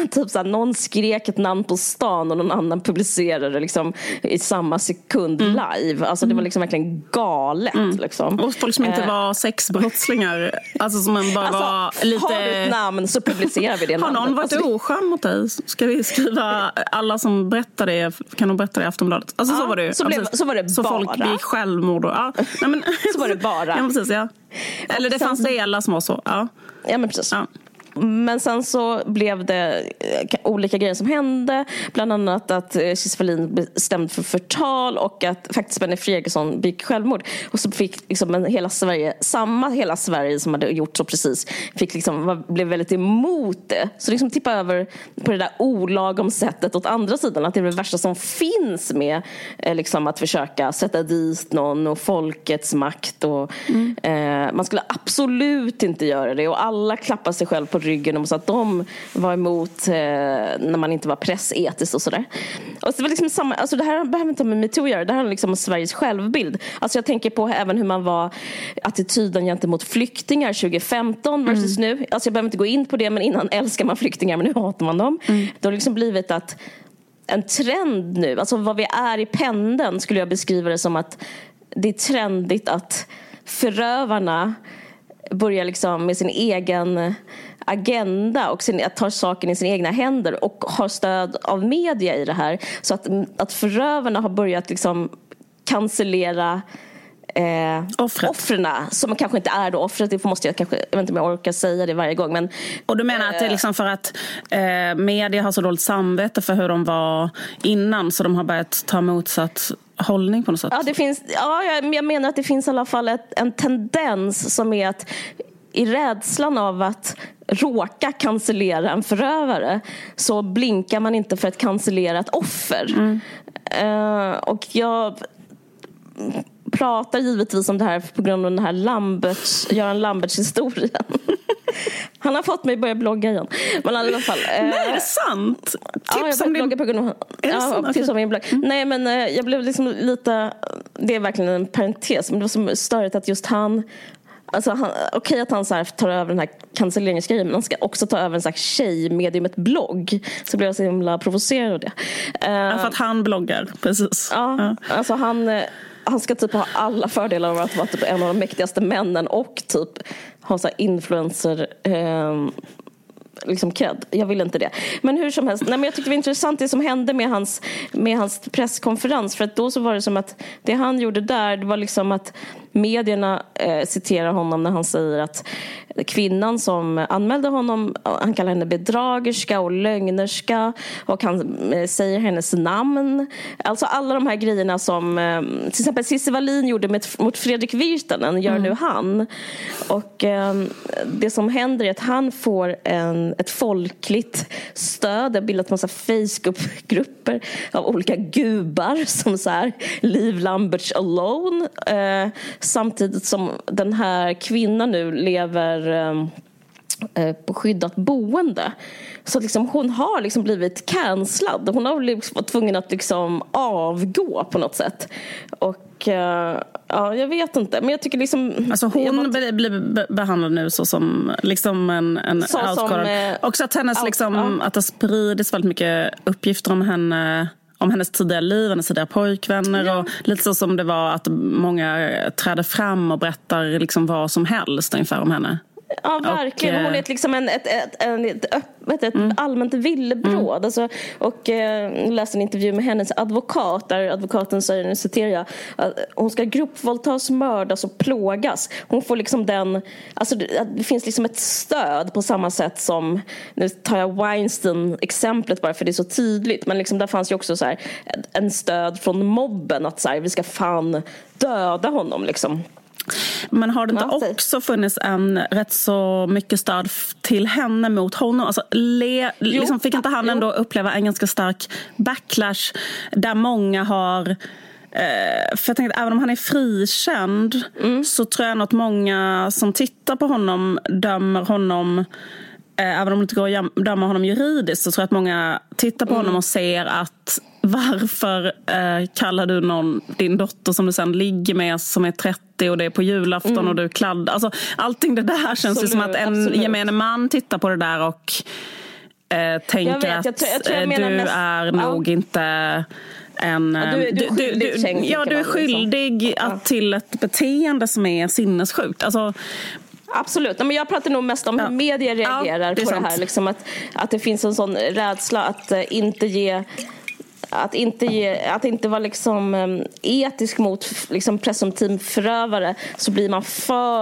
typ så här, någon skrek ett namn på stan och någon annan publicerade det liksom i samma sekund live. Alltså det var liksom verkligen galet. Liksom. Och folk som inte var sexbrottslingar. Alltså som man bara var lite... Har du ett namn så publicerar vi det namnet. Har någon varit oskärm mot dig? Ska vi skriva alla som berättar det, kan de berätta det i Aftonbladet? Alltså så var det ju. Så var det så bara. folk begick självmord. Ja. Nej, men, så var det bara. Ja, precis, ja. Eller det fanns delar som var så. Ja, ja men precis. Ja. Men sen så blev det olika grejer som hände. Bland annat att Cissi Wallin blev stämd för förtal och att faktiskt Benny Fredriksson begick självmord. Och så fick liksom hela Sverige som hade gjort så precis blev väldigt emot det. Så liksom tippa över på det där olagom sättet åt andra sidan. Att det är det värsta som finns med liksom att försöka sätta dit någon och folkets makt. Och, man skulle absolut inte göra det. Och alla klappar sig själv på ryggen och så att de var emot när man inte var pressetiskt och sådär. Och det var liksom samma, alltså det här behöver inte med MeToo göra, det här är liksom Sveriges självbild. Alltså jag tänker på även hur man var attityden gentemot flyktingar 2015 versus nu. Alltså jag behöver inte gå in på det, men innan älskar man flyktingar men nu hatar man dem. Det har liksom blivit att en trend nu, alltså vad vi är i pendeln skulle jag beskriva det som att det är trendigt att förövarna börjar liksom med sin egen agenda och att ta saken i sina egna händer och har stöd av media i det här. Så att förövarna har börjat liksom cancellera offrena som kanske inte är då offret. Det måste jag vet inte om jag orkar säga det varje gång. Men, och du menar att det är liksom för att media har så dåligt samvete för hur de var innan så de har börjat ta motsatt hållning på något sätt? Ja, jag menar att det finns i alla fall en tendens som är att i rädslan av att råka cancellera en förövare så blinkar man inte för att cancellera ett offer. Och jag pratar givetvis om det här på grund av den här Göran Lamberts historien. Han har fått mig att börja blogga igen. Men i alla fall, nej, är det sant? Ja, jag började blogga på grund av tips om min blogg. Nej, men jag blev liksom lite... Det är verkligen en parentes. Men det var så störigt att just han... Alltså okej att han så här tar över den här cancelleringsgrejen, men han ska också ta över en slags tjejmediumet blogg. Så blev jag så himla provocerad av det. För att han bloggar, precis. Ja. Alltså han ska typ ha alla fördelar av att vara typ en av de mäktigaste männen och typ ha så här influencer liksom cred. Jag vill inte det. Men hur som helst, men jag tyckte det var intressant det som hände med hans presskonferens, för att då så var det som att det han gjorde där, det var liksom att medierna citerar honom när han säger att kvinnan som anmälde honom, han kallar henne bedragerska och lögnerska och han säger hennes namn. Alltså alla de här grejerna som till exempel Cissi Wallin gjorde mot Fredrik Virtanen gör nu han. Och det som händer är att han får ett folkligt stöd. Det har bildat en massa Facebookgrupper av olika gubar som så här Liv Lamberts alone. Samtidigt som den här kvinnan nu lever på skyddat boende. Så liksom, hon har liksom blivit cancellad. Hon har liksom varit tvungen att liksom avgå på något sätt. Och ja, jag vet inte. Men jag tycker liksom... Alltså hon blir behandlad nu så som liksom en outscorer. Också att hennes liksom, att det sprids väldigt mycket uppgifter om henne, om hennes tidigare liv, hennes tidigare pojkvänner och lite så som det var att många träder fram och berättar liksom vad som helst ungefär om henne. Ja, verkligen. Hon är liksom ett allmänt villebråd. Alltså, och läste en intervju med hennes advokat där advokaten säger, nu citerar jag, att hon ska gruppvåldtas, mördas och plågas. Hon får liksom alltså det finns liksom ett stöd på samma sätt som, nu tar jag Weinstein-exemplet bara för det är så tydligt, men liksom där fanns ju också så här en stöd från mobben att så här, vi ska fan döda honom liksom. Men har det inte också funnits en rätt så mycket stöd till henne mot honom? Alltså, liksom fick inte han ändå uppleva en ganska stark backlash där många har... för jag tänkte, även om han är frikänd så tror jag att många som tittar på honom dömer honom... Även om det inte går att döma honom juridiskt så tror jag att många tittar på honom och ser att varför kallar du din dotter som du sen ligger med som är 30 och det är på julafton och du kladdar. Alltså, allting det där känns ju som att en gemene man tittar på det där och tänker jag att jag du är nog inte en... du är skyldig till ett beteende som är sinnessjukt. Alltså, absolut. Men jag pratar nog mest om hur media reagerar på det här. Liksom att det finns en sån rädsla att inte vara liksom etisk mot liksom presumtiv förövare, så blir man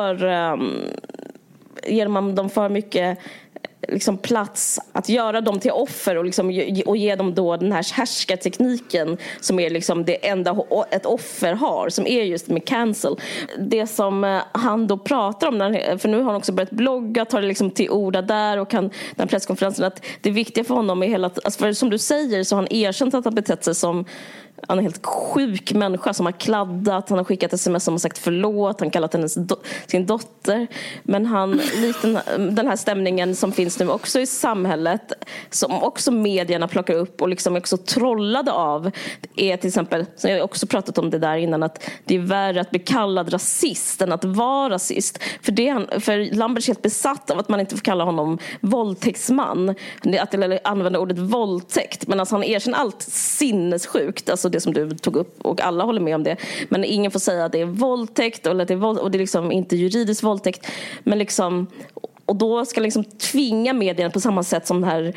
ger man dem för mycket liksom plats att göra dem till offer och ge dem då den här härskartekniken som är liksom det enda ett offer har, som är just med cancel. Det som han då pratar om, för nu har han också börjat blogga, tar det liksom till orda där, och den presskonferensen, att det viktiga för honom är för som du säger så har han erkänt att han betett sig som en helt sjuk människa som har kladdat, han har skickat sms som har sagt förlåt, han kallat henne sin dotter, men den här stämningen som finns nu också i samhället, som också medierna plockar upp och liksom också trollade av, är till exempel, som jag också pratat om det där innan, att det är värre att bli kallad rasist än att vara rasist, för Lambert är helt besatt av att man inte får kalla honom våldtäktsman, att använda ordet våldtäkt, men alltså han erkänner allt sinnessjukt, alltså det som du tog upp, och alla håller med om det, men ingen får säga att det är våldtäkt eller att det är och det är liksom inte juridisk våldtäkt, men liksom, och då ska liksom tvinga medierna på samma sätt som den här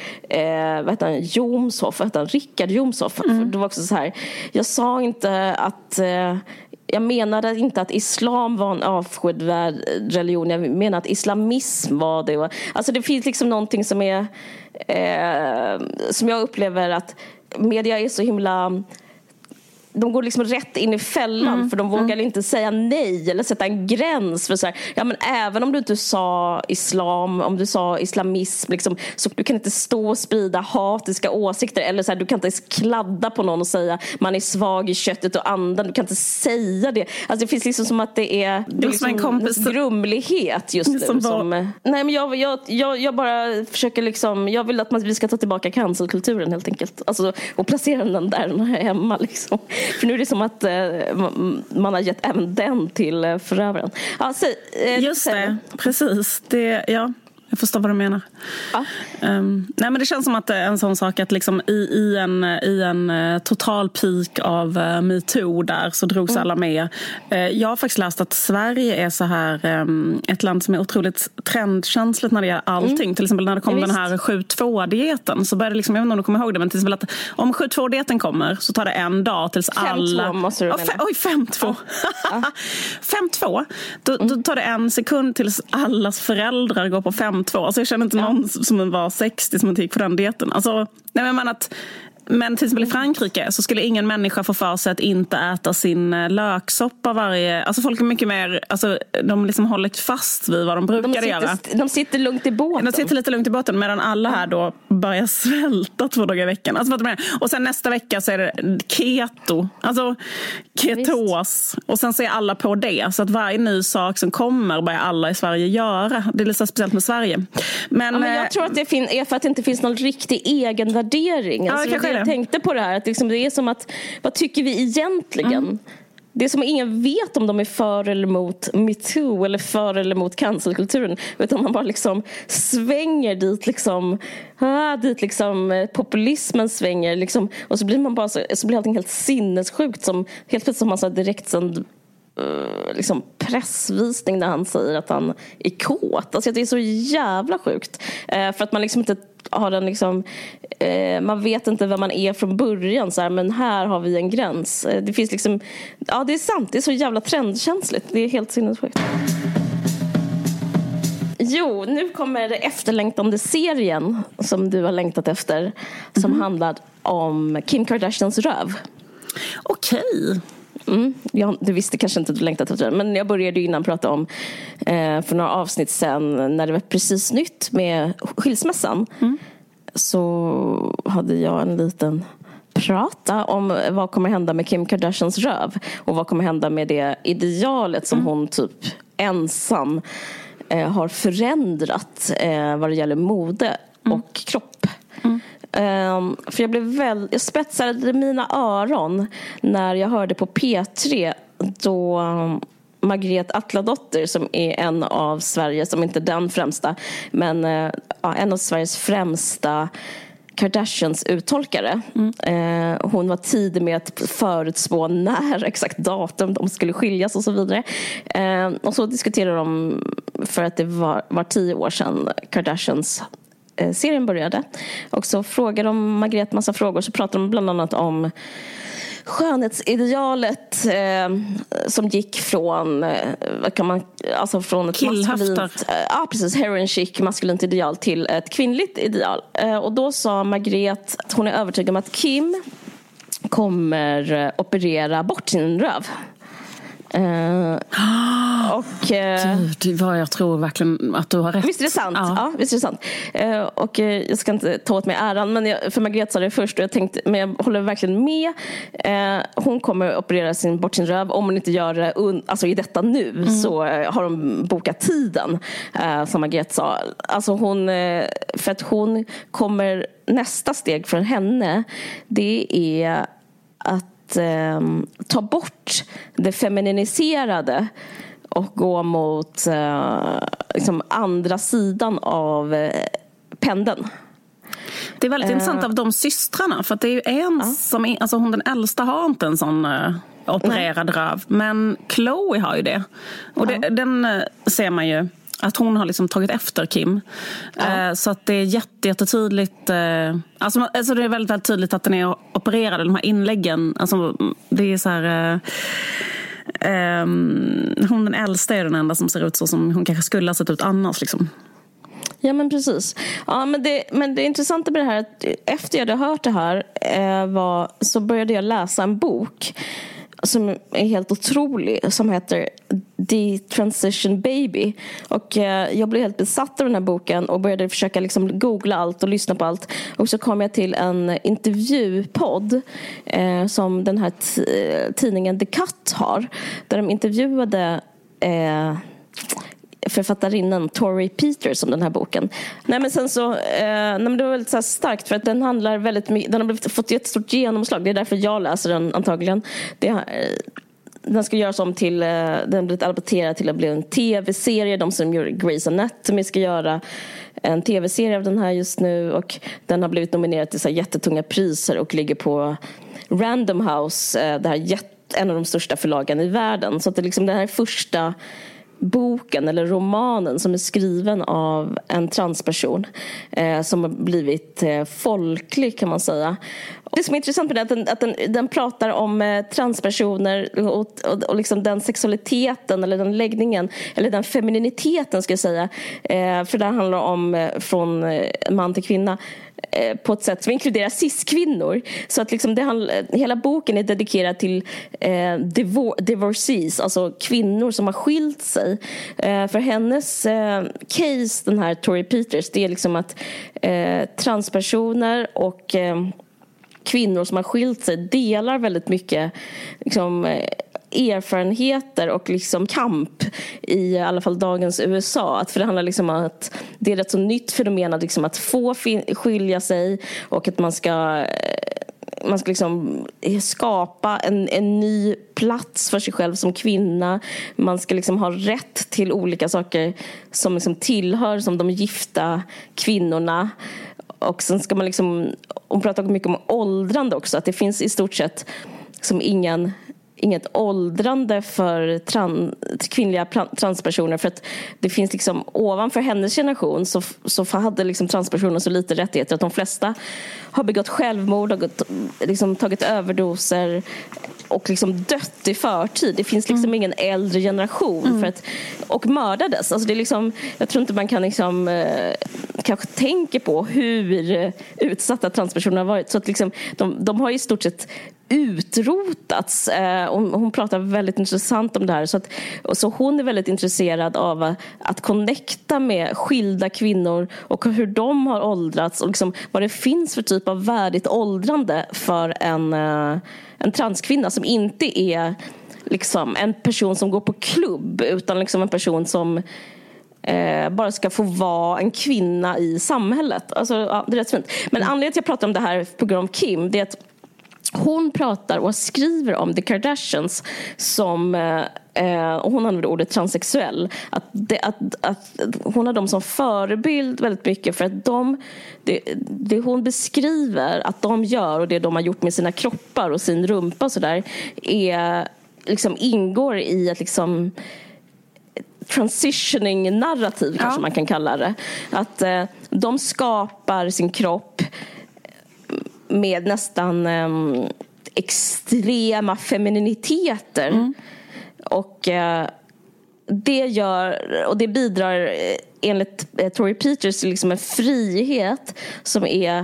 Rickard Jomshof. Det var också så här, jag sa inte att jag menade inte att islam var en avskyvärd religion, jag menar att islamism var det. Alltså det finns liksom någonting som är som jag upplever att media är så himla, de går liksom rätt in i fällan, för de vågar inte säga nej eller sätta en gräns för så här, ja men även om du inte sa islam, om du sa islamism liksom, så du kan inte stå och sprida hatiska åsikter, eller så här, du kan inte kladda på någon och säga man är svag i köttet och andan, du kan inte säga det. Alltså det finns liksom som att det är liksom en kompis grumlighet just nu nej men jag bara försöker liksom, jag vill att vi ska ta tillbaka cancelkulturen helt enkelt, alltså, och placera den där hemma liksom. För nu är det som att man har gett även den till förövaren. Alltså, just det, precis. Jag förstår vad du menar. Ja. Nej, men det känns som att det är en sån sak att liksom i en total peak av MeToo där så drogs alla med. Jag har faktiskt läst att Sverige är så här ett land som är otroligt trendkänsligt när det gäller allting. Till exempel när det kom den här 7-2-dieten så började liksom, jag vet inte om du kommer ihåg det, men till exempel att om 7-2-dieten kommer så tar det en dag tills alla... 5-2 måste du mena. 5-2. 5-2. Då tar det en sekund tills allas föräldrar går på 5-2. Alltså jag känner inte någon som var 60 som inte gick på den dieten. Alltså, men till exempel i Frankrike så skulle ingen människa få för sig att inte äta sin löksoppa varje... Alltså folk är mycket mer... Alltså de liksom håller fast vid vad de brukar göra. De sitter lugnt i båten. De sitter lite lugnt i båten medan alla här då börjar svälta 2 dagar i veckan. Alltså, och sen nästa vecka så är det keto. Alltså ketos. Och sen så är alla på det. Så att varje ny sak som kommer börjar alla i Sverige göra. Det är lite speciellt med Sverige. Men jag tror att det är för att det inte finns någon riktig egenvärdering. Alltså, jag tänkte på det här, att liksom det är som att, vad tycker vi egentligen? Det är som att ingen vet om de är för eller emot MeToo eller för eller emot cancelkulturen, utan man bara liksom svänger dit liksom populismen svänger liksom, och så blir man bara så blir allting helt sinnessjukt, som helt plötsligt som man sa direkt sen liksom pressvisning där han säger att han är kåt. Alltså det är så jävla sjukt, för att man liksom inte har den liksom, man vet inte vem man är från början så här, men här har vi en gräns. Det finns liksom, ja det är sant, det är så jävla trendkänsligt. Det är helt sinnessjukt. Jo, nu kommer det efterlängtande serien som du har längtat efter, som handlar om Kim Kardashians röv. Okej. Du visste kanske inte att du längtat efter det, men jag började ju innan prata om för några avsnitt sen när det var precis nytt med skilsmässan, så hade jag en liten prata om vad kommer hända med Kim Kardashians röv och vad kommer hända med det idealet som hon typ ensam har förändrat vad det gäller mode och kropp. För jag spetsade mina öron när jag hörde på P3 då Margret Atladotter som är en av Sveriges, som inte den främsta, men en av Sveriges främsta Kardashians uttolkare. Hon var tidig med att förutspå när exakt datum de skulle skiljas och så vidare. Och så diskuterade de, för att det var 10 år sedan Kardashians serien började. Och så frågade de Margret massa frågor. Så pratade de bland annat om skönhetsidealet som gick från från ett maskulint, precis, heroin chic maskulint ideal till ett kvinnligt ideal. Och då sa Margret att hon är övertygad om att Kim kommer operera bort sin röv. Jag tror verkligen att du har rätt. Visst är det sant? Ja, visst är det sant. Och jag ska inte ta åt mig äran, men för Margret sa det först och jag tänkte, men jag håller verkligen med. Hon kommer operera bort sin röv. Om hon inte gör det i detta nu så har de bokat tiden, som Margret sa. Alltså för att hon kommer, nästa steg för henne, det är att ta bort det femininiserade och gå mot andra sidan av pendeln. Det är väldigt intressant av de systrarna, för att det är ju en som hon den äldsta har inte en sån opererad röv, men Chloe har ju det. Och den ser man ju att hon har liksom tagit efter Kim. Så att det är jättetydligt. Alltså det är väldigt, väldigt tydligt att den är opererad. De här inläggen. Alltså det är så här... hon den äldsta är den enda som ser ut så som hon kanske skulle ha sett ut annars liksom. Ja, men precis. Ja, men det intressanta med det här, att efter jag hade hört det här så började jag läsa en bok som är helt otrolig, som heter The Transition Baby. Och jag blev helt besatt av den här boken och började försöka liksom googla allt och lyssna på allt. Och så kom jag till en intervjupodd som den här tidningen The Cut har, där de intervjuade författarinnan Tori Peters om den här boken. Men sen så men det var väldigt så här starkt, för att den handlar väldigt mycket, den har fått ett stort genomslag. Det är därför jag läser den antagligen. Den ska göras om till, den blivit adapterad till att bli en tv-serie. De som gör Grey's Anatomy ska göra en tv-serie av den här just nu, och den har blivit nominerad till så här jättetunga priser och ligger på Random House, det här en av de största förlagen i världen. Så att det liksom, den här första boken eller romanen som är skriven av en transperson som har blivit folklig, kan man säga. Det som är intressant med det är att den pratar om transpersoner och liksom den sexualiteten eller den läggningen eller den femininiteten, ska jag säga, för det handlar om från man till kvinna på ett sätt som inkluderar cis-kvinnor. Så att liksom hela boken är dedikerad till divorcees, alltså kvinnor som har skilt sig. För hennes case, den här Tori Peters, det är liksom att transpersoner och kvinnor som har skilt sig delar väldigt mycket liksom, erfarenheter och liksom kamp i alla fall dagens USA. För det handlar liksom om att det är ett så nytt fenomen att, liksom, att få skilja sig, och att man ska liksom skapa en ny plats för sig själv som kvinna. Man ska liksom ha rätt till olika saker som liksom tillhör som de gifta kvinnorna. Och sen ska man liksom, hon pratar mycket om åldrande också, att det finns i stort sett som inget åldrande för kvinnliga transpersoner, för att det finns liksom, ovanför hennes generation så hade liksom transpersoner så lite rättigheter att de flesta har begått självmord och liksom tagit överdoser och liksom dött i förtid. Det finns liksom ingen äldre generation och mördades. Alltså det är liksom, jag tror inte man kan liksom kanske tänka på hur utsatta transpersoner har varit. Så att liksom, de har i stort sett utrotats. Hon pratar väldigt intressant om det här. Så hon är väldigt intresserad av att connecta med skilda kvinnor och hur de har åldrats och liksom vad det finns för typ av värdigt åldrande för en transkvinna som inte är liksom en person som går på klubb, utan liksom en person som bara ska få vara en kvinna i samhället. Alltså, ja, det är rätt fint. Men anledningen till att jag pratar om det här på grund av Kim, det är att hon pratar och skriver om The Kardashians som och hon använder ordet transsexuell, att hon har dem som förebild väldigt mycket, för att det hon beskriver att de gör och det de har gjort med sina kroppar och sin rumpa och sådär är liksom ingår i att liksom transitioning narrativ kanske man kan kalla det, att de skapar sin kropp med nästan extrema femininiteter och det bidrar enligt Tori Peters liksom en frihet som är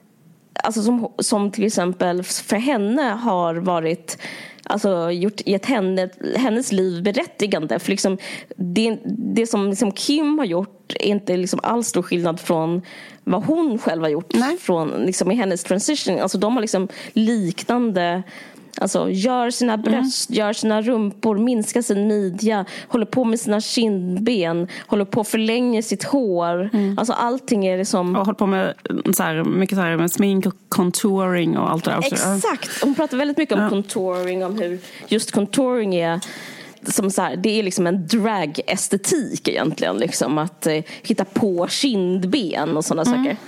alltså som till exempel för henne har varit alltså gett hennes liv berättigande, för liksom det som liksom Kim har gjort är inte liksom alls stor skillnad från vad hon själv har gjort från liksom i hennes transition. Alltså de har liksom liknande, alltså gör sina bröst, gör sina rumpor, minskar sin midja, håller på med sina kindben, håller på att förlänga sitt hår. Alltså allting är liksom... Och håller på med mycket så här med smink och contouring och allt det där också. Exakt, hon pratar väldigt mycket om contouring, om hur just contouring är som så här, det är liksom en drag-estetik egentligen, liksom att hitta på kindben och sådana saker.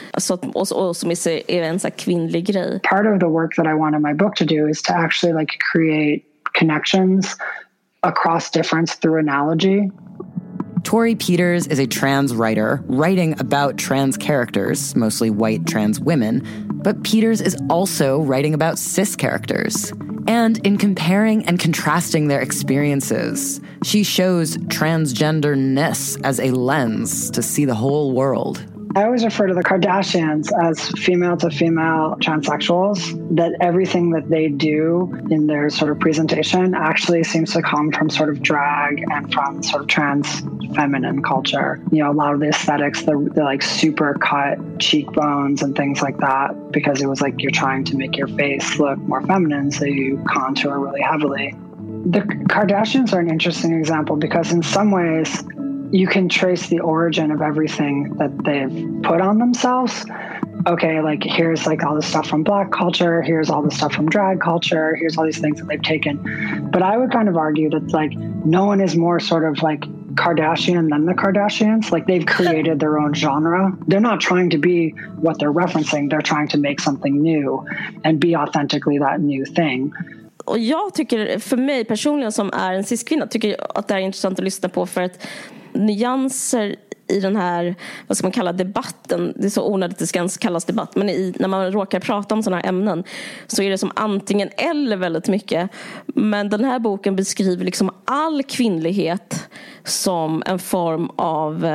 Och som är en så här kvinnlig grej. Part of the work that I wanted my book to do is to actually like create connections across difference through analogy. Tori Peters is a trans writer writing about trans characters, mostly white trans women, but Peters is also writing about cis characters. And in comparing and contrasting their experiences, she shows transgenderness as a lens to see the whole world. I always refer to the Kardashians as female-to-female transsexuals, that everything that they do in their sort of presentation actually seems to come from sort of drag and from sort of trans feminine culture. You know, a lot of the aesthetics, the like super cut cheekbones and things like that, because it was like you're trying to make your face look more feminine, so you contour really heavily. The Kardashians are an interesting example because in some ways you can trace the origin of everything that they've put on themselves. Okay, like here's like all this stuff from Black culture, here's all this stuff from drag culture, here's all these things that they've taken. But I would kind of argue that like no one is more sort of like Kardashian than the Kardashians. Like they've created their own genre. They're not trying to be what they're referencing. They're trying to make something new and be authentically that new thing. Och jag tycker, för mig personligen som är en cis-kvinna, tycker jag att det är intressant att lyssna på, för att nyanser i den här, vad ska man kalla debatten, det är så onödigt att det ska ens kallas debatt, men när man råkar prata om sådana här ämnen så är det som antingen eller väldigt mycket. Men den här boken beskriver liksom all kvinnlighet som en form av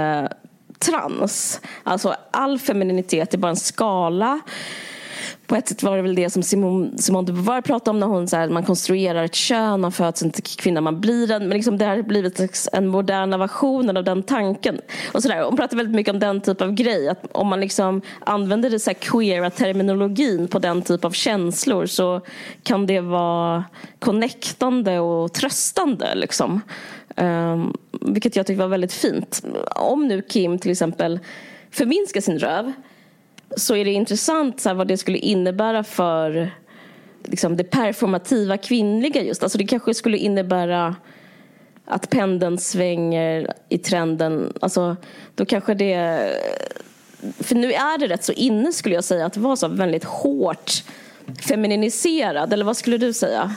trans. Alltså all femininitet är bara en skala. På ett sätt var det väl det som Simone de Beauvoir pratade om när hon så här, man konstruerar ett kön, man föds inte kvinna, man blir den. Men liksom det har blivit en moderna version av den tanken. Och så där. Hon pratar väldigt mycket om den typ av grej. Att om man liksom använder det så här queera terminologin på den typ av känslor så kan det vara connectande och tröstande liksom. Vilket jag tycker var väldigt fint. Om nu Kim till exempel förminskar sin röv, så är det intressant så här, vad det skulle innebära för liksom, det performativa kvinnliga just. Alltså det kanske skulle innebära att pendeln svänger i trenden. Alltså då kanske det... För nu är det rätt så inne, skulle jag säga, att vara så väldigt hårt femininiserad. Eller vad skulle du säga?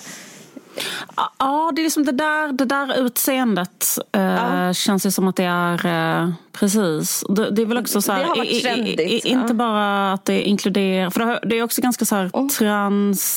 Ja, det är liksom det där utseendet känns ju som att det är precis. Det är väl också så här, det har varit trendigt, inte bara att det inkluderar, för det är också ganska så här trans.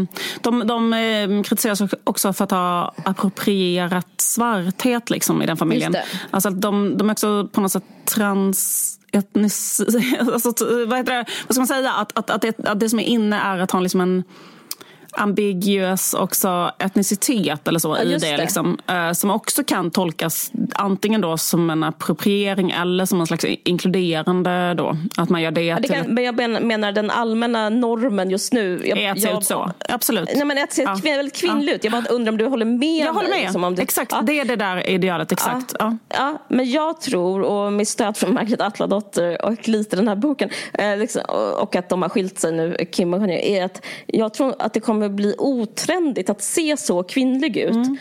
De kritiseras också för att ha approprierat svarthet liksom i den familjen. Alltså att de är också på något sätt trans. Alltså, vad heter det? Vad ska man säga? Att det som är inne är att ha liksom en ambiguous också etnicitet eller så i det liksom, som också kan tolkas antingen då som en appropriering eller som en slags inkluderande då, att man gör det till... Men jag menar den allmänna normen just nu ser ut så, absolut. Nej, men att se väldigt kvinnligt ut. Jag bara undrar om du håller med. Jag håller med, liksom, om exakt, det är det där idealet, exakt. Ja, men jag tror, och med stöd från Margret Atladotter och lite den här boken liksom, och att de har skilt sig nu, Kim och Kanye, är att jag tror att det kommer bli otrendigt att se så kvinnlig ut.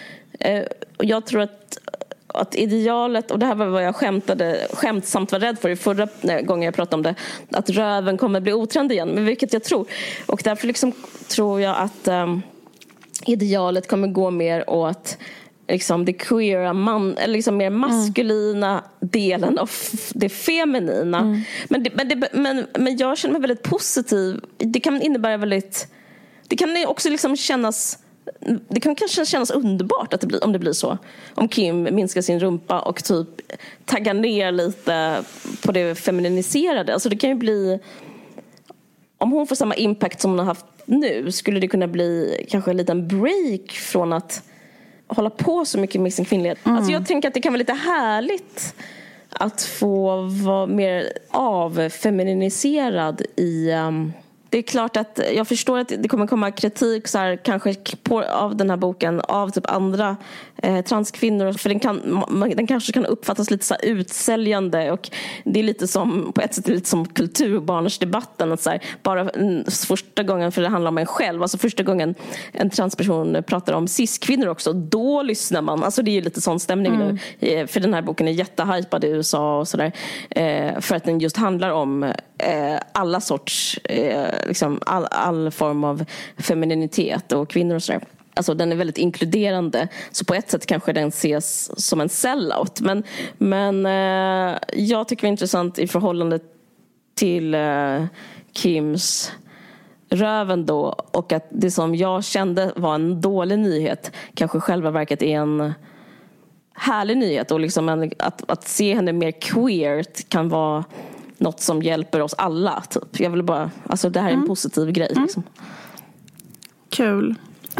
Jag tror att idealet, och det här var vad jag skämtsamt var rädd för i förra gången jag pratade om det, att röven kommer bli otrend igen, men vilket jag tror. Och därför liksom tror jag att idealet kommer gå mer åt liksom det queera eller liksom mer maskulina delen av det feminina. Men jag känner mig väldigt positiv. Det kan innebära det kan också liksom kännas, det kan kanske kännas underbart att om det blir så. Om Kim minskar sin rumpa och typ taggar ner lite på det femininiserade. Alltså det kan ju bli, om hon får samma impact som hon har haft nu, skulle det kunna bli kanske en liten break från att hålla på så mycket med sin kvinnlighet. Alltså jag tänker att det kan vara lite härligt att få vara mer avfeminiserad i... Det är klart att jag förstår att det kommer komma kritik så här, kanske av den här boken av typ andra transkvinnor, för den kanske kan uppfattas lite så här utsäljande, och det är lite som, på ett sätt lite som kulturbarnsdebatten, att så här, bara första gången, för det handlar om en själv, alltså första gången en transperson pratar om cis-kvinnor också, då lyssnar man. Alltså det är ju lite sån stämning nu, för den här boken är jättehypad i USA och sådär, för att den just handlar om alla sorts liksom all form av femininitet och kvinnor och sådär. Alltså den är väldigt inkluderande, så på ett sätt kanske den ses som en sellout, men jag tycker det är intressant i förhållande till Kims röven då, och att det som jag kände var en dålig nyhet kanske själva verket är en härlig nyhet, och liksom att se henne mer queer kan vara något som hjälper oss alla typ. Jag vill bara, alltså det här är en positiv grej liksom. Kul.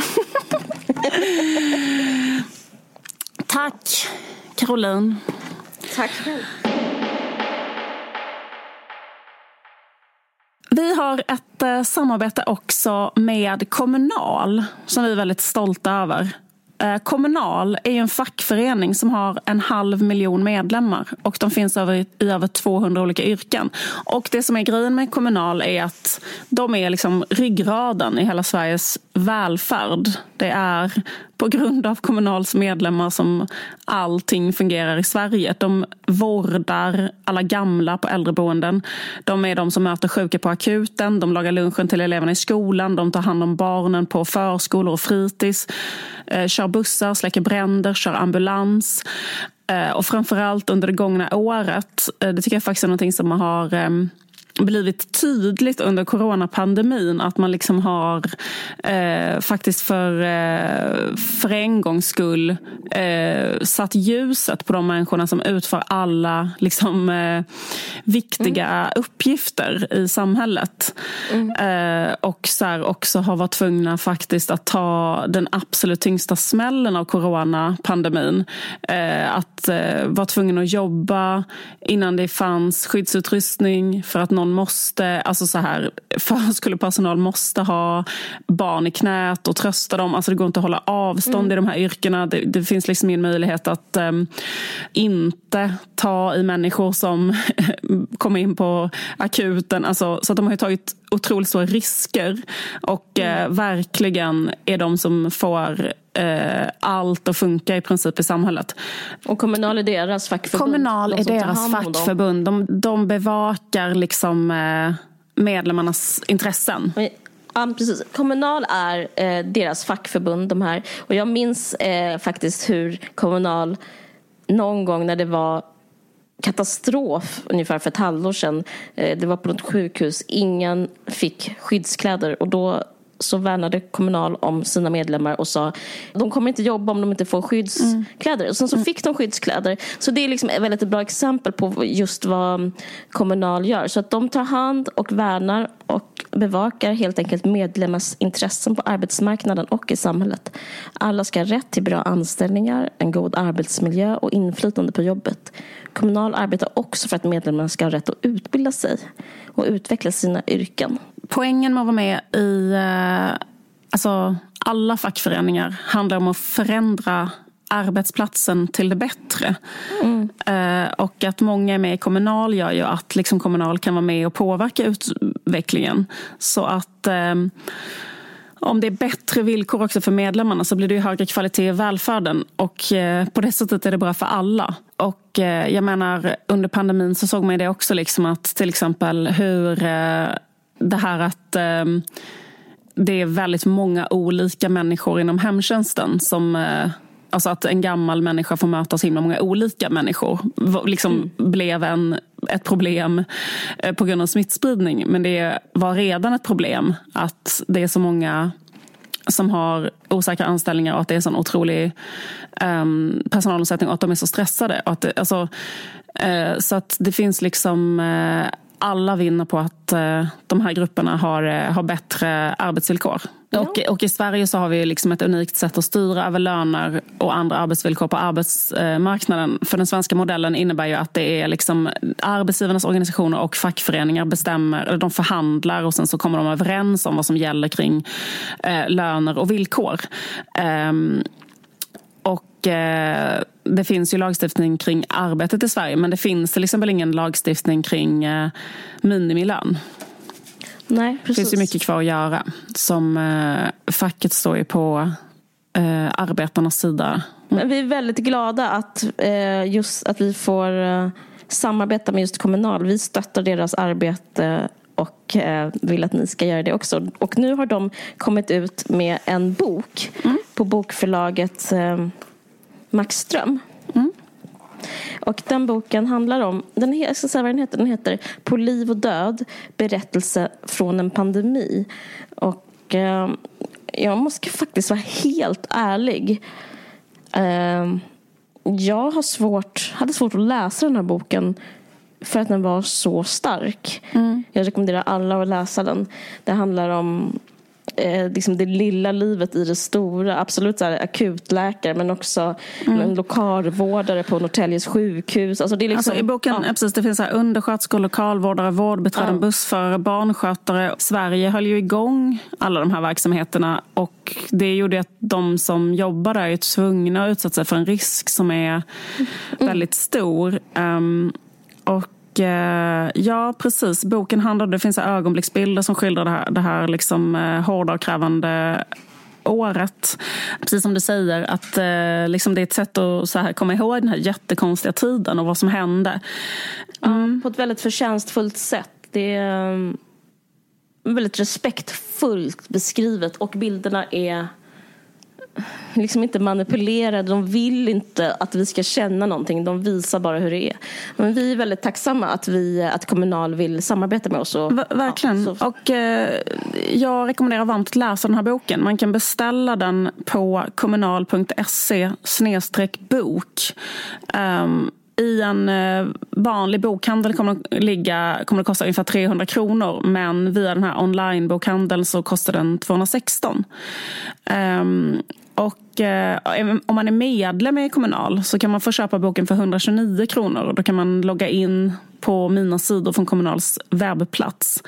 Tack Caroline. Tack själv. Vi har ett samarbete också med Kommunal som vi är väldigt stolta över. Kommunal är en fackförening som har 500 000 medlemmar, och de finns i över 200 olika yrken. Och det som är grejen med Kommunal är att de är liksom ryggraden i hela Sveriges välfärd. Det är på grund av Kommunals medlemmar som allting fungerar i Sverige. De vårdar alla gamla på äldreboenden. De är de som möter sjuka på akuten. De lagar lunchen till eleverna i skolan. De tar hand om barnen på förskolor och fritids. Kör bussar, släcker bränder, kör ambulans. Och framförallt under det gångna året, det tycker jag faktiskt är någonting som har blivit tydligt under coronapandemin, att man liksom har faktiskt för en gångs skull satt ljuset på de människorna som utför alla liksom viktiga uppgifter i samhället. Och så här också har varit tvungna faktiskt att ta den absolut tyngsta smällen av coronapandemin. Att vara tvungen att jobba innan det fanns skyddsutrustning, för att någon måste, alltså så här, förskolepersonal måste ha barn i knät och trösta dem. Alltså det går inte att hålla avstånd i de här yrkena. Det finns liksom ingen möjlighet att inte ta i människor som kommer in på akuten. Alltså, så att de har ju tagit otroligt stora risker, och verkligen är de som får allt att funka i princip i samhället. Och Kommunal är deras fackförbund. Kommunal är deras fackförbund. De bevakar liksom medlemmarnas intressen. Ja, precis. Kommunal är deras fackförbund, de här. Och jag minns faktiskt hur Kommunal någon gång när det var katastrof ungefär för ett halvår sedan, det var på något sjukhus, ingen fick skyddskläder, och då så värnade Kommunal om sina medlemmar och sa de kommer inte jobba om de inte får skyddskläder. Och sen så fick de skyddskläder. Så det är liksom ett väldigt bra exempel på just vad Kommunal gör. Så att de tar hand och värnar och bevakar helt enkelt medlemmars intressen på arbetsmarknaden och i samhället. Alla ska ha rätt till bra anställningar, en god arbetsmiljö och inflytande på jobbet. Kommunal arbetar också för att medlemmarna ska ha rätt att utbilda sig och utveckla sina yrken. Poängen med att vara med i alltså alla fackföreningar handlar om att förändra arbetsplatsen till det bättre. Och att många är med i Kommunal gör ju att liksom Kommunal kan vara med och påverka utvecklingen. Så att om det är bättre villkor också för medlemmarna så blir det ju högre kvalitet i välfärden. Och på det sättet är det bra för alla. Och jag menar, under pandemin så såg man det också liksom att till exempel hur det här att det är väldigt många olika människor inom hemtjänsten som... Alltså att en gammal människa får möta så himla många olika människor liksom blev ett problem på grund av smittspridning. Men det var redan ett problem att det är så många som har osäkra anställningar och att det är en sån otrolig personalomsättning och att de är så stressade. Och att så att det finns liksom... alla vinner på att de här grupperna har bättre arbetsvillkor. Ja. Och i Sverige så har vi liksom ett unikt sätt att styra över löner och andra arbetsvillkor på arbetsmarknaden. För den svenska modellen innebär ju att det är liksom arbetsgivarnas organisationer och fackföreningar bestämmer, eller de förhandlar och sen så kommer de överens om vad som gäller kring löner och villkor. Det finns ju lagstiftning kring arbetet i Sverige, men det finns till exempel ingen lagstiftning kring minimilön. Nej, precis. Det finns ju mycket kvar att göra. Som facket står ju på arbetarnas sida. Men vi är väldigt glada att just att vi får samarbeta med just Kommunal. Vi stöttar deras arbete och vill att ni ska göra det också. Och nu har de kommit ut med en bok på bokförlaget Maxström. Och den boken handlar om, jag ska säga vad den heter. Den heter På liv och död, berättelse från en pandemi. Och jag måste faktiskt vara helt ärlig. Jag hade svårt att läsa den här boken för att den var så stark. Jag rekommenderar alla att läsa den. Det handlar om liksom det lilla livet i det stora. Absolut så här, akutläkare, men också en lokalvårdare på Norrtäljes sjukhus. Alltså, det är liksom, i boken precis, det finns så här undersköterskor, lokalvårdare, vårdbiträden, bussförare, barnskötare. Sverige höll ju igång alla de här verksamheterna, och det gjorde att de som jobbar där är tvungna att utsätta sig för en risk som är väldigt stor. Ja, precis. Boken handlar, det finns ögonblicksbilder som skildrar det här liksom hårda och krävande året. Precis som du säger, att liksom det är ett sätt att så här komma ihåg den här jättekonstiga tiden och vad som hände. På ett väldigt förtjänstfullt sätt. Det är väldigt respektfullt beskrivet, och bilderna är liksom inte manipulerade. De vill inte att vi ska känna någonting. De visar bara hur det är. Men vi är väldigt tacksamma att Kommunal vill samarbeta med oss. Verkligen. Och jag rekommenderar varmt att läsa den här boken. Man kan beställa den på kommunal.se/bok. I en vanlig bokhandel kommer det kosta ungefär 300 kronor. Men via den här online-bokhandeln så kostar den 216. Och om man är medlem i Kommunal så kan man få köpa boken för 129 kronor. Då kan man logga in på mina sidor från Kommunals webbplats.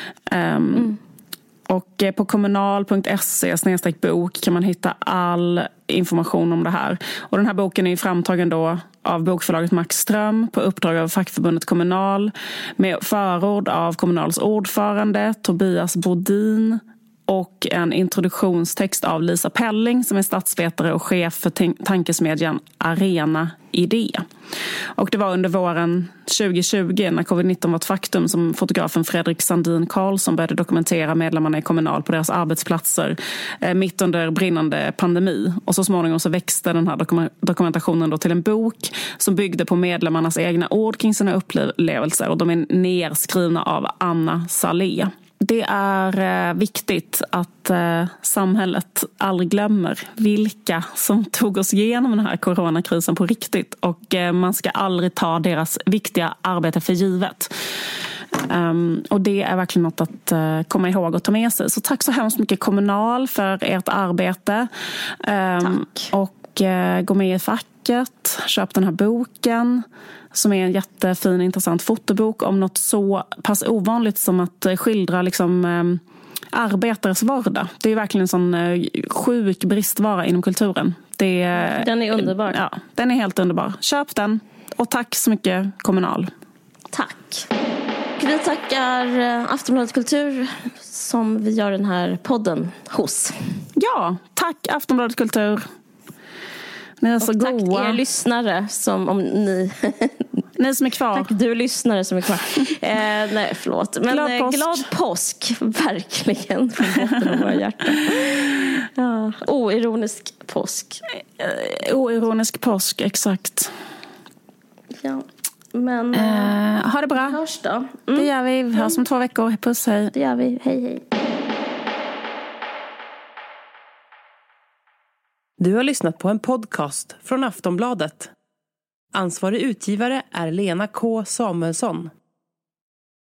Och på kommunal.se/bok kan man hitta all information om det här. Och den här boken är framtagen då av bokförlaget Maxström på uppdrag av fackförbundet Kommunal, med förord av Kommunals ordförande Tobias Bodin och en introduktionstext av Lisa Pelling som är statsvetare och chef för tankesmedjan Arena Idé. Och det var under våren 2020 när covid-19 var ett faktum som fotografen Fredrik Sandin Karlsson började dokumentera medlemmarna i Kommunal på deras arbetsplatser mitt under brinnande pandemi. Och så småningom så växte den här dokumentationen då till en bok som byggde på medlemmarnas egna ord kring sina upplevelser, och de är nerskrivna av Anna Salé. Det är viktigt att samhället aldrig glömmer vilka som tog oss igenom den här coronakrisen på riktigt, och man ska aldrig ta deras viktiga arbete för givet. Och det är verkligen något att komma ihåg och ta med sig. Så tack så hemskt mycket Kommunal för ert arbete. Tack. Och gå med i facket, köp den här boken som är en jättefin, intressant fotobok om något så pass ovanligt som att skildra liksom arbetares vardag. Det är verkligen en sån sjuk bristvara inom kulturen. Den är underbar. Ja, den är helt underbar. Köp den, och tack så mycket Kommunal. Tack. Och vi tackar Aftonbladet Kultur som vi gör den här podden hos. Ja, tack Aftonbladet Kultur. Ni är så tack goa. Er lyssnare som om ni... Ni som är kvar. Tack du lyssnare som är kvar. Nej, förlåt. Men glad påsk. Verkligen. Från botten av våra hjärtan. Ja. Oironisk påsk. Oironisk påsk, exakt. Ja. Men ha det bra. Hörs då. Det gör vi. Vi hörs om 2 veckor. Puss, hej. Det gör vi. Hej, hej. Du har lyssnat på en podcast från Aftonbladet. Ansvarig utgivare är Lena K. Samuelsson.